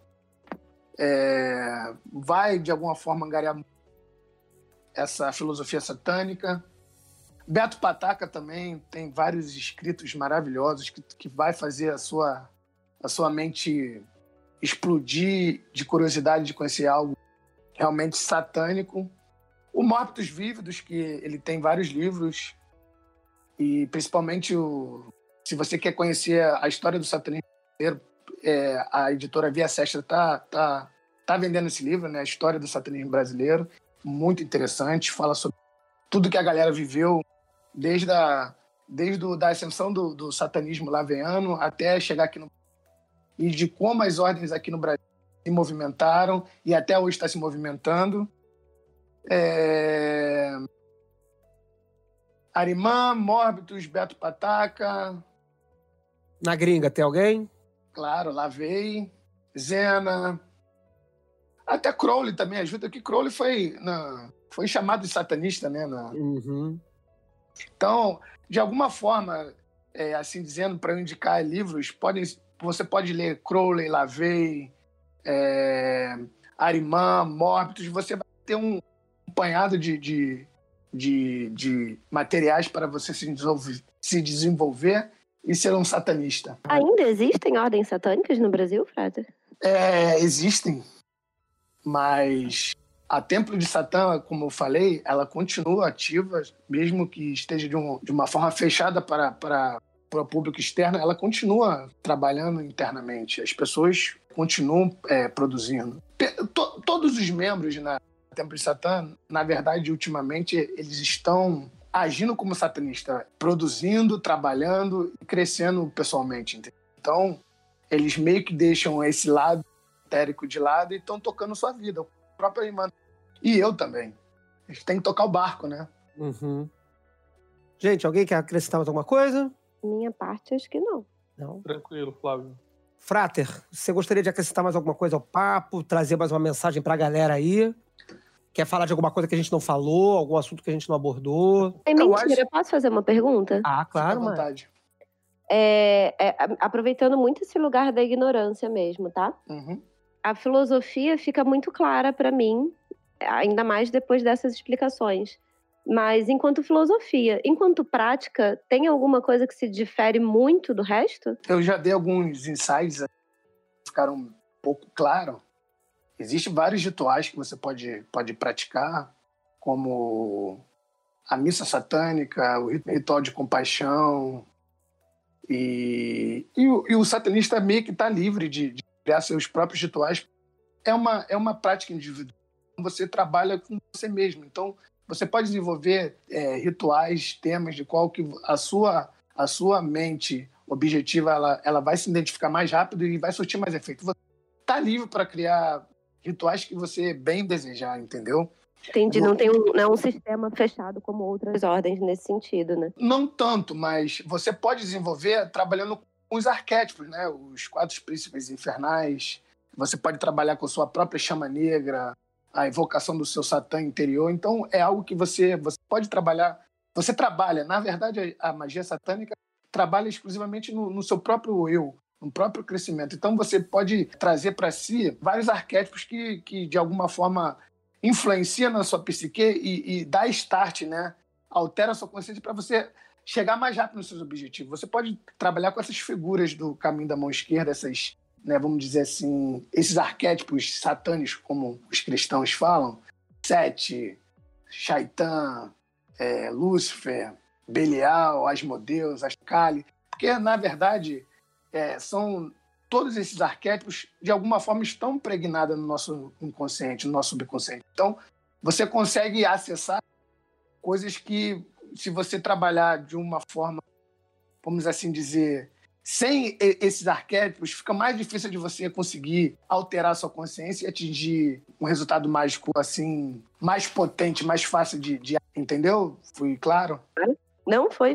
Vai, de alguma forma, angariar essa filosofia satânica. Beto Pataca também tem vários escritos maravilhosos que vai fazer a sua mente explodir de curiosidade de conhecer algo realmente satânico. O Mórbidos Vívidos, que ele tem vários livros, e principalmente se você quer conhecer a história do satanismo brasileiro, a editora Via Sestra tá vendendo esse livro, né? A História do Satanismo Brasileiro, muito interessante, fala sobre tudo que a galera viveu desde a ascensão do satanismo laveiano até chegar aqui no Brasil, e de como as ordens aqui no Brasil se movimentaram e até hoje está se movimentando. Ariman, Mórbidos, Beto Pataca. Na gringa, tem alguém? Claro, Lavey, Zena. Até Crowley também ajuda, que Crowley foi chamado de satanista, né? Uhum. Então, de alguma forma, assim dizendo, para eu indicar livros, você pode ler Crowley, LaVey, Ariman, Morbius, você vai ter um apanhado de materiais para você se desenvolver e ser um satanista. Ainda existem ordens satânicas no Brasil, Frater? Existem, mas a Templo de Satã, como eu falei, ela continua ativa, mesmo que esteja de uma forma fechada para o público externo, ela continua trabalhando internamente. As pessoas continuam produzindo. Todos os membros na Templo de Satã, na verdade, ultimamente, eles estão agindo como satanista, produzindo, trabalhando e crescendo pessoalmente. Entendeu? Então, eles meio que deixam esse lado etérico de lado e estão tocando sua vida. O próprio irmão. E eu também. A gente tem que tocar o barco, né? Uhum. Gente, alguém quer acrescentar mais alguma coisa? Minha parte, acho que não. Não. Tranquilo, Flávio. Frater, você gostaria de acrescentar mais alguma coisa ao papo? Trazer mais uma mensagem pra galera aí? Quer falar de alguma coisa que a gente não falou? Algum assunto que a gente não abordou? É mentira, posso fazer uma pergunta? Ah, claro, Fica à mano. vontade. Aproveitando muito esse lugar da ignorância mesmo, tá? Uhum. A filosofia fica muito clara pra mim, ainda mais depois dessas explicações. Mas enquanto filosofia, enquanto prática, tem alguma coisa que se difere muito do resto? Eu já dei alguns insights, ficaram um pouco claros. Existem vários rituais que você pode praticar, como a missa satânica, o ritual de compaixão. E o satanista meio que está livre de criar seus próprios rituais. É uma prática individual. Você trabalha com você mesmo. Então, você pode desenvolver rituais, temas de qual que a sua mente objetiva ela vai se identificar mais rápido e vai surtir mais efeito. Você está livre para criar rituais que você bem desejar, entendeu? Entendi, não é um sistema fechado como outras ordens nesse sentido, né? Não tanto, mas você pode desenvolver trabalhando com os arquétipos, né? Os 4 príncipes infernais. Você pode trabalhar com sua própria chama negra, a evocação do seu Satã interior. Então, é algo que você pode trabalhar. Você trabalha, na verdade, a magia satânica trabalha exclusivamente no seu próprio eu, no próprio crescimento. Então, você pode trazer para si vários arquétipos que de alguma forma, influencia na sua psique e dá start, né? Altera a sua consciência para você chegar mais rápido nos seus objetivos. Você pode trabalhar com essas figuras do caminho da mão esquerda, essas, né, vamos dizer assim, esses arquétipos satânicos, como os cristãos falam, Sete, Shaitan, Lúcifer, Belial, Asmodeus, Ascali, porque, na verdade, são todos esses arquétipos, de alguma forma, estão impregnados no nosso inconsciente, no nosso subconsciente. Então, você consegue acessar coisas que, se você trabalhar de uma forma, vamos assim dizer, sem esses arquétipos, fica mais difícil de você conseguir alterar a sua consciência e atingir um resultado mágico, assim, mais potente, mais fácil de entendeu? Fui claro? Não, foi.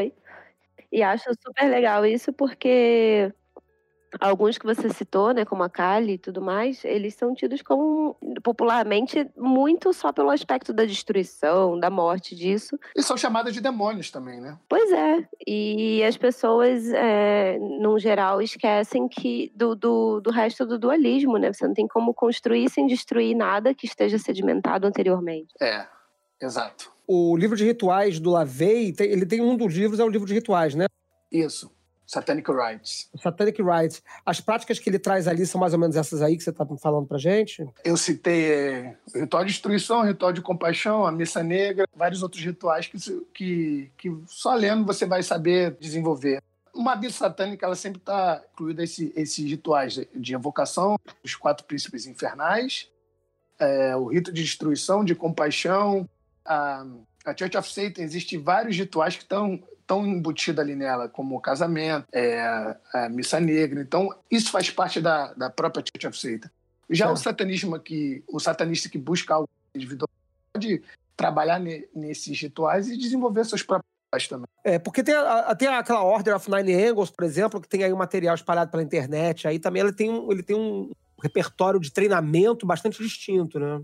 E acho super legal isso porque alguns que você citou, né, como a Kali e tudo mais, eles são tidos como, popularmente, muito só pelo aspecto da destruição, da morte disso. E são chamados de demônios também, né? Pois é. E as pessoas, no geral, esquecem do resto do dualismo, né? Você não tem como construir sem destruir nada que esteja sedimentado anteriormente. Exato. O livro de rituais do LaVey, ele tem um dos livros, é o livro de rituais, né? Isso. Satanic Rites. Satanic Rites. As práticas que ele traz ali são mais ou menos essas aí que você está falando pra gente? Eu citei o ritual de destruição, o ritual de compaixão, a missa negra, vários outros rituais que só lendo você vai saber desenvolver. Uma missa satânica, ela sempre está incluída esses rituais de evocação, os 4 príncipes infernais, o rito de destruição, de compaixão. A Church of Satan, existem vários rituais que estão embutidos ali nela, como o casamento, a missa negra. Então, isso faz parte da própria Church of Satan. Já o satanista que busca algo individual pode trabalhar nesses rituais e desenvolver seus próprios rituais também. Porque tem aquela Order of Nine Angles, por exemplo, que tem aí um material espalhado pela internet. Aí também ele tem um repertório de treinamento bastante distinto, né?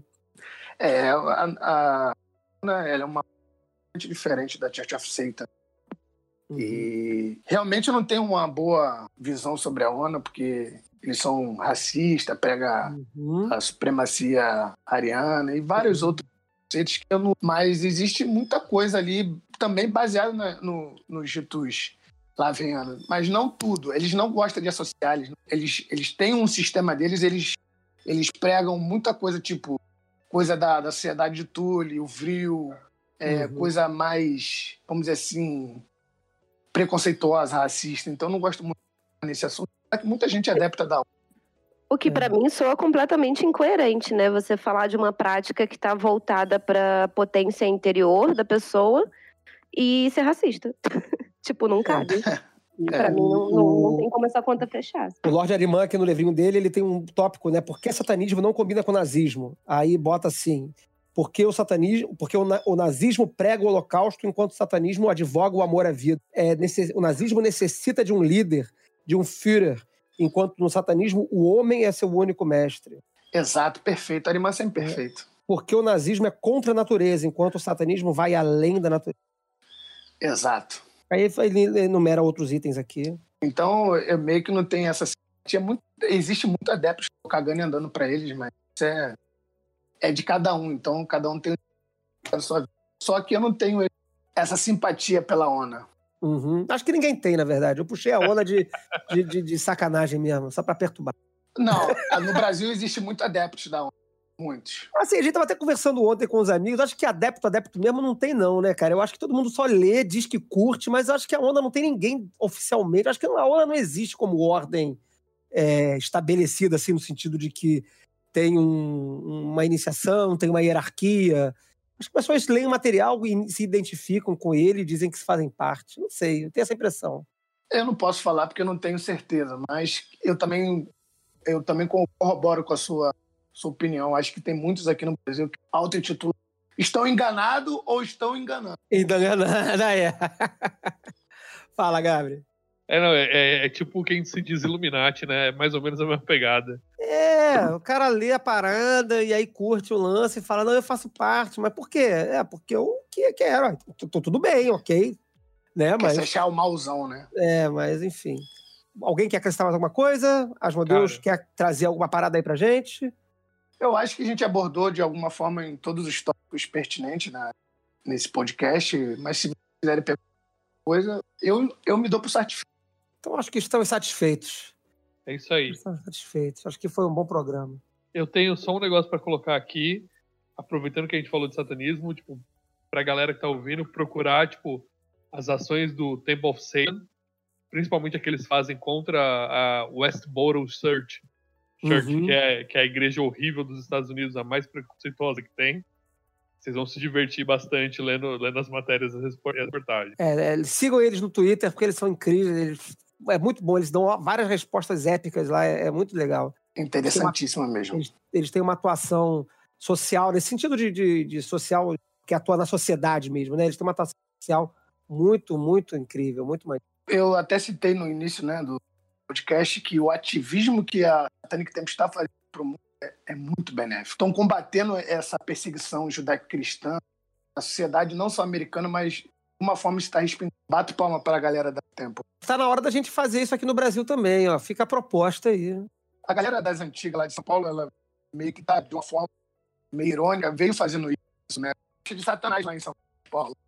A ela é uma muito diferente da Church of Satan. E realmente eu não tenho uma boa visão sobre a ONA, porque eles são racistas, pregam a supremacia ariana e vários outros conceitos que eu não... Mas existe muita coisa ali também baseada nos ritos laveianos, mas não tudo. Eles não gostam de associar, eles têm um sistema deles, eles pregam muita coisa, tipo coisa da sociedade de Tule, o Vril, coisa mais, vamos dizer assim, preconceituosa, racista. Então, não gosto muito nesse assunto. Muita gente é adepta da ONA. O que, para mim, soa completamente incoerente, né? Você falar de uma prática que está voltada para a potência interior da pessoa e ser racista. Tipo, não cabe. Pra mim, não tem como essa conta fechar. O Lord Ariman, aqui no livrinho dele, ele tem um tópico, né? Por que satanismo não combina com o nazismo? Aí bota assim... Porque o nazismo prega o holocausto enquanto o satanismo advoga o amor à vida. O nazismo necessita de um líder, de um Führer, enquanto no satanismo o homem é seu único mestre. Exato, perfeito. Ariman sempre perfeito. Porque o nazismo é contra a natureza, enquanto o satanismo vai além da natureza. Exato. Aí ele enumera outros itens aqui. Então, eu meio que não tenho essa... Existe muito adeptos cagando e andando para eles, mas isso é de cada um. Então, cada um tem a sua vida. Só que eu não tenho essa simpatia pela ONA. Acho que ninguém tem, na verdade. Eu puxei a ONA de sacanagem mesmo, só para perturbar. Não, no Brasil existe muito adeptos da ONA. Muitos. Assim, a gente tava até conversando ontem com os amigos, acho que adepto mesmo não tem não, né, cara? Eu acho que todo mundo só lê, diz que curte, mas eu acho que a ONA não tem ninguém oficialmente, acho que a ONA não existe como ordem estabelecida, assim, no sentido de que tem uma iniciação, tem uma hierarquia. Acho que as pessoas leem o material e se identificam com ele e dizem que se fazem parte. Não sei, eu tenho essa impressão. Eu não posso falar porque eu não tenho certeza, mas eu também corroboro com a sua opinião. Acho que tem muitos aqui no Brasil que auto-intitulam estão enganados ou estão enganando. Fala, Gabriel. É tipo quem se diz Illuminati, né? É mais ou menos a mesma pegada. O cara lê a parada e aí curte o lance e fala, não, eu faço parte. Mas por quê? Porque eu quero. Tudo bem, ok. Né? Quer se achar o mauzão, né? Mas enfim. Alguém quer acrescentar mais alguma coisa? Asmodeus quer trazer alguma parada aí pra gente? Eu acho que a gente abordou de alguma forma em todos os tópicos pertinentes nesse podcast, mas se quiserem pegar coisa, eu me dou por satisfeito. Então acho que estamos satisfeitos. É isso aí. Estamos satisfeitos. Acho que foi um bom programa. Eu tenho só um negócio para colocar aqui, aproveitando que a gente falou de satanismo, tipo, pra galera que tá ouvindo, procurar, tipo, as ações do Temple of Satan, principalmente aqueles que fazem contra a Westboro Church, que é a igreja horrível dos Estados Unidos, a mais preconceituosa que tem. Vocês vão se divertir bastante lendo as matérias e as reportagens. Sigam eles no Twitter, porque eles são incríveis. É muito bom, eles dão várias respostas épicas lá, é muito legal. Interessantíssimo mesmo. Eles têm uma atuação social, nesse sentido de social, que atua na sociedade mesmo, né? Eles têm uma atuação social muito, muito incrível, muito mais. Eu até citei no início, né, do podcast que o ativismo que a Satanic Temple está fazendo para o mundo é muito benéfico. Estão combatendo essa perseguição judaico-cristã na sociedade, não só americana, mas de uma forma está respingando. Bato palma para a galera da Temple. Está na hora da gente fazer isso aqui no Brasil também, ó. Fica a proposta aí. A galera das antigas lá de São Paulo, ela meio que tá de uma forma meio irônica, veio fazendo isso, né? De Satanás lá em São Paulo.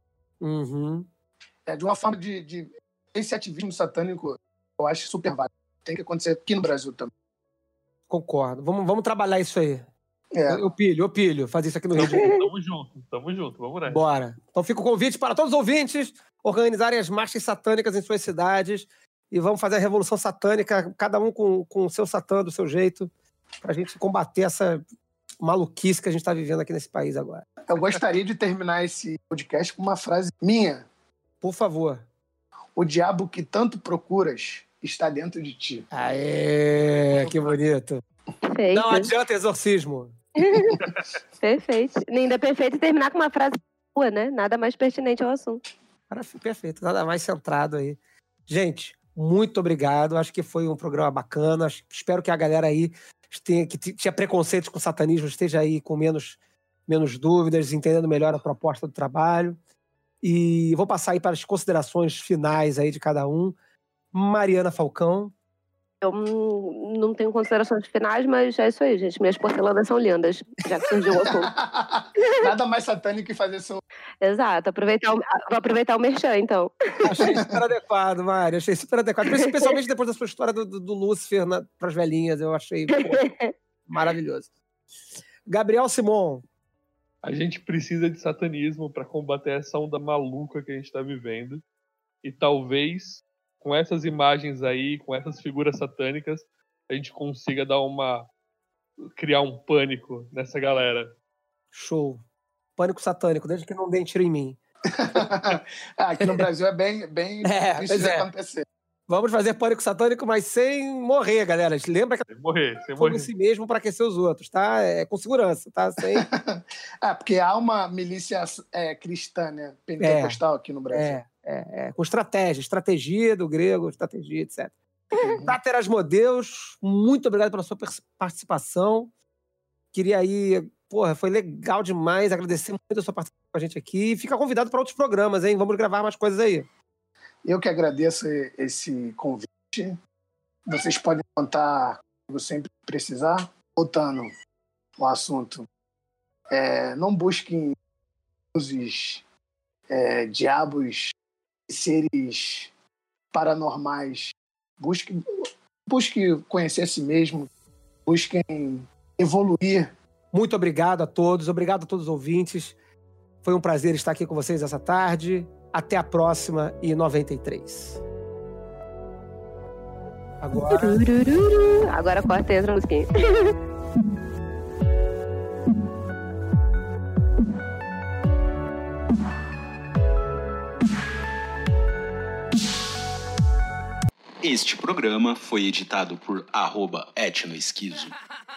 De uma forma de esse ativismo satânico, eu acho super válido. Tem que acontecer aqui no Brasil também. Concordo. Vamos trabalhar isso aí. Eu pilho, fazer isso aqui no Rio de Janeiro. Tamo junto, vamos nessa. Bora. Então fica o convite para todos os ouvintes organizarem as marchas satânicas em suas cidades e vamos fazer a revolução satânica, cada um com o seu satã, do seu jeito, pra gente combater essa maluquice que a gente tá vivendo aqui nesse país agora. Eu gostaria de terminar esse podcast com uma frase minha. Por favor. O diabo que tanto procuras está dentro de ti. Aê, que bonito. Perfeito. Não adianta exorcismo. Perfeito. Ainda é perfeito terminar com uma frase boa, né? Nada mais pertinente ao assunto. Perfeito, nada mais centrado aí. Gente, muito obrigado. Acho que foi um programa bacana. Espero que a galera aí que tinha preconceitos com o satanismo esteja aí com menos dúvidas, entendendo melhor a proposta do trabalho. E vou passar aí para as considerações finais aí de cada um. Mariana Falcão. Eu não tenho considerações finais, mas é isso aí, gente. Minhas porcelanas são lindas, já que surgiu o assunto. Nada mais satânico que fazer som. Exato, vou aproveitar o merchan, então. Achei super adequado, Mari. Achei super adequado. Especialmente depois da sua história do Lúcifer para as velhinhas. Eu achei maravilhoso. Gabriel Simon. A gente precisa de satanismo para combater essa onda maluca que a gente está vivendo. E talvez, com essas imagens aí, com essas figuras satânicas, a gente consiga criar um pânico nessa galera. Show. Pânico satânico, desde que não deem tiro em mim. Aqui no Brasil é bem difícil de acontecer. Vamos fazer pânico satânico, mas sem morrer, galera. Lembra que sem morrer. Em si mesmo para aquecer os outros, tá? Com segurança, tá? Porque há uma milícia cristã, né? Pentecostal aqui no Brasil. Com estratégia do grego, estratégia, etc. Táter Asmodeus, muito obrigado pela sua participação. Queria aí... foi legal demais, agradecer muito a sua participação com a gente aqui. Fica convidado para outros programas, hein? Vamos gravar mais coisas aí. Eu que agradeço esse convite. Vocês podem contar comigo sempre que precisar. Voltando ao assunto, não busquem deuses, diabos, seres paranormais. Busque conhecer a si mesmo. Busquem evoluir. Muito obrigado a todos os ouvintes. Foi um prazer estar aqui com vocês essa tarde. Até a próxima e 93. Agora corta e entra a musiquinha. Este programa foi editado por @etnoesquizo.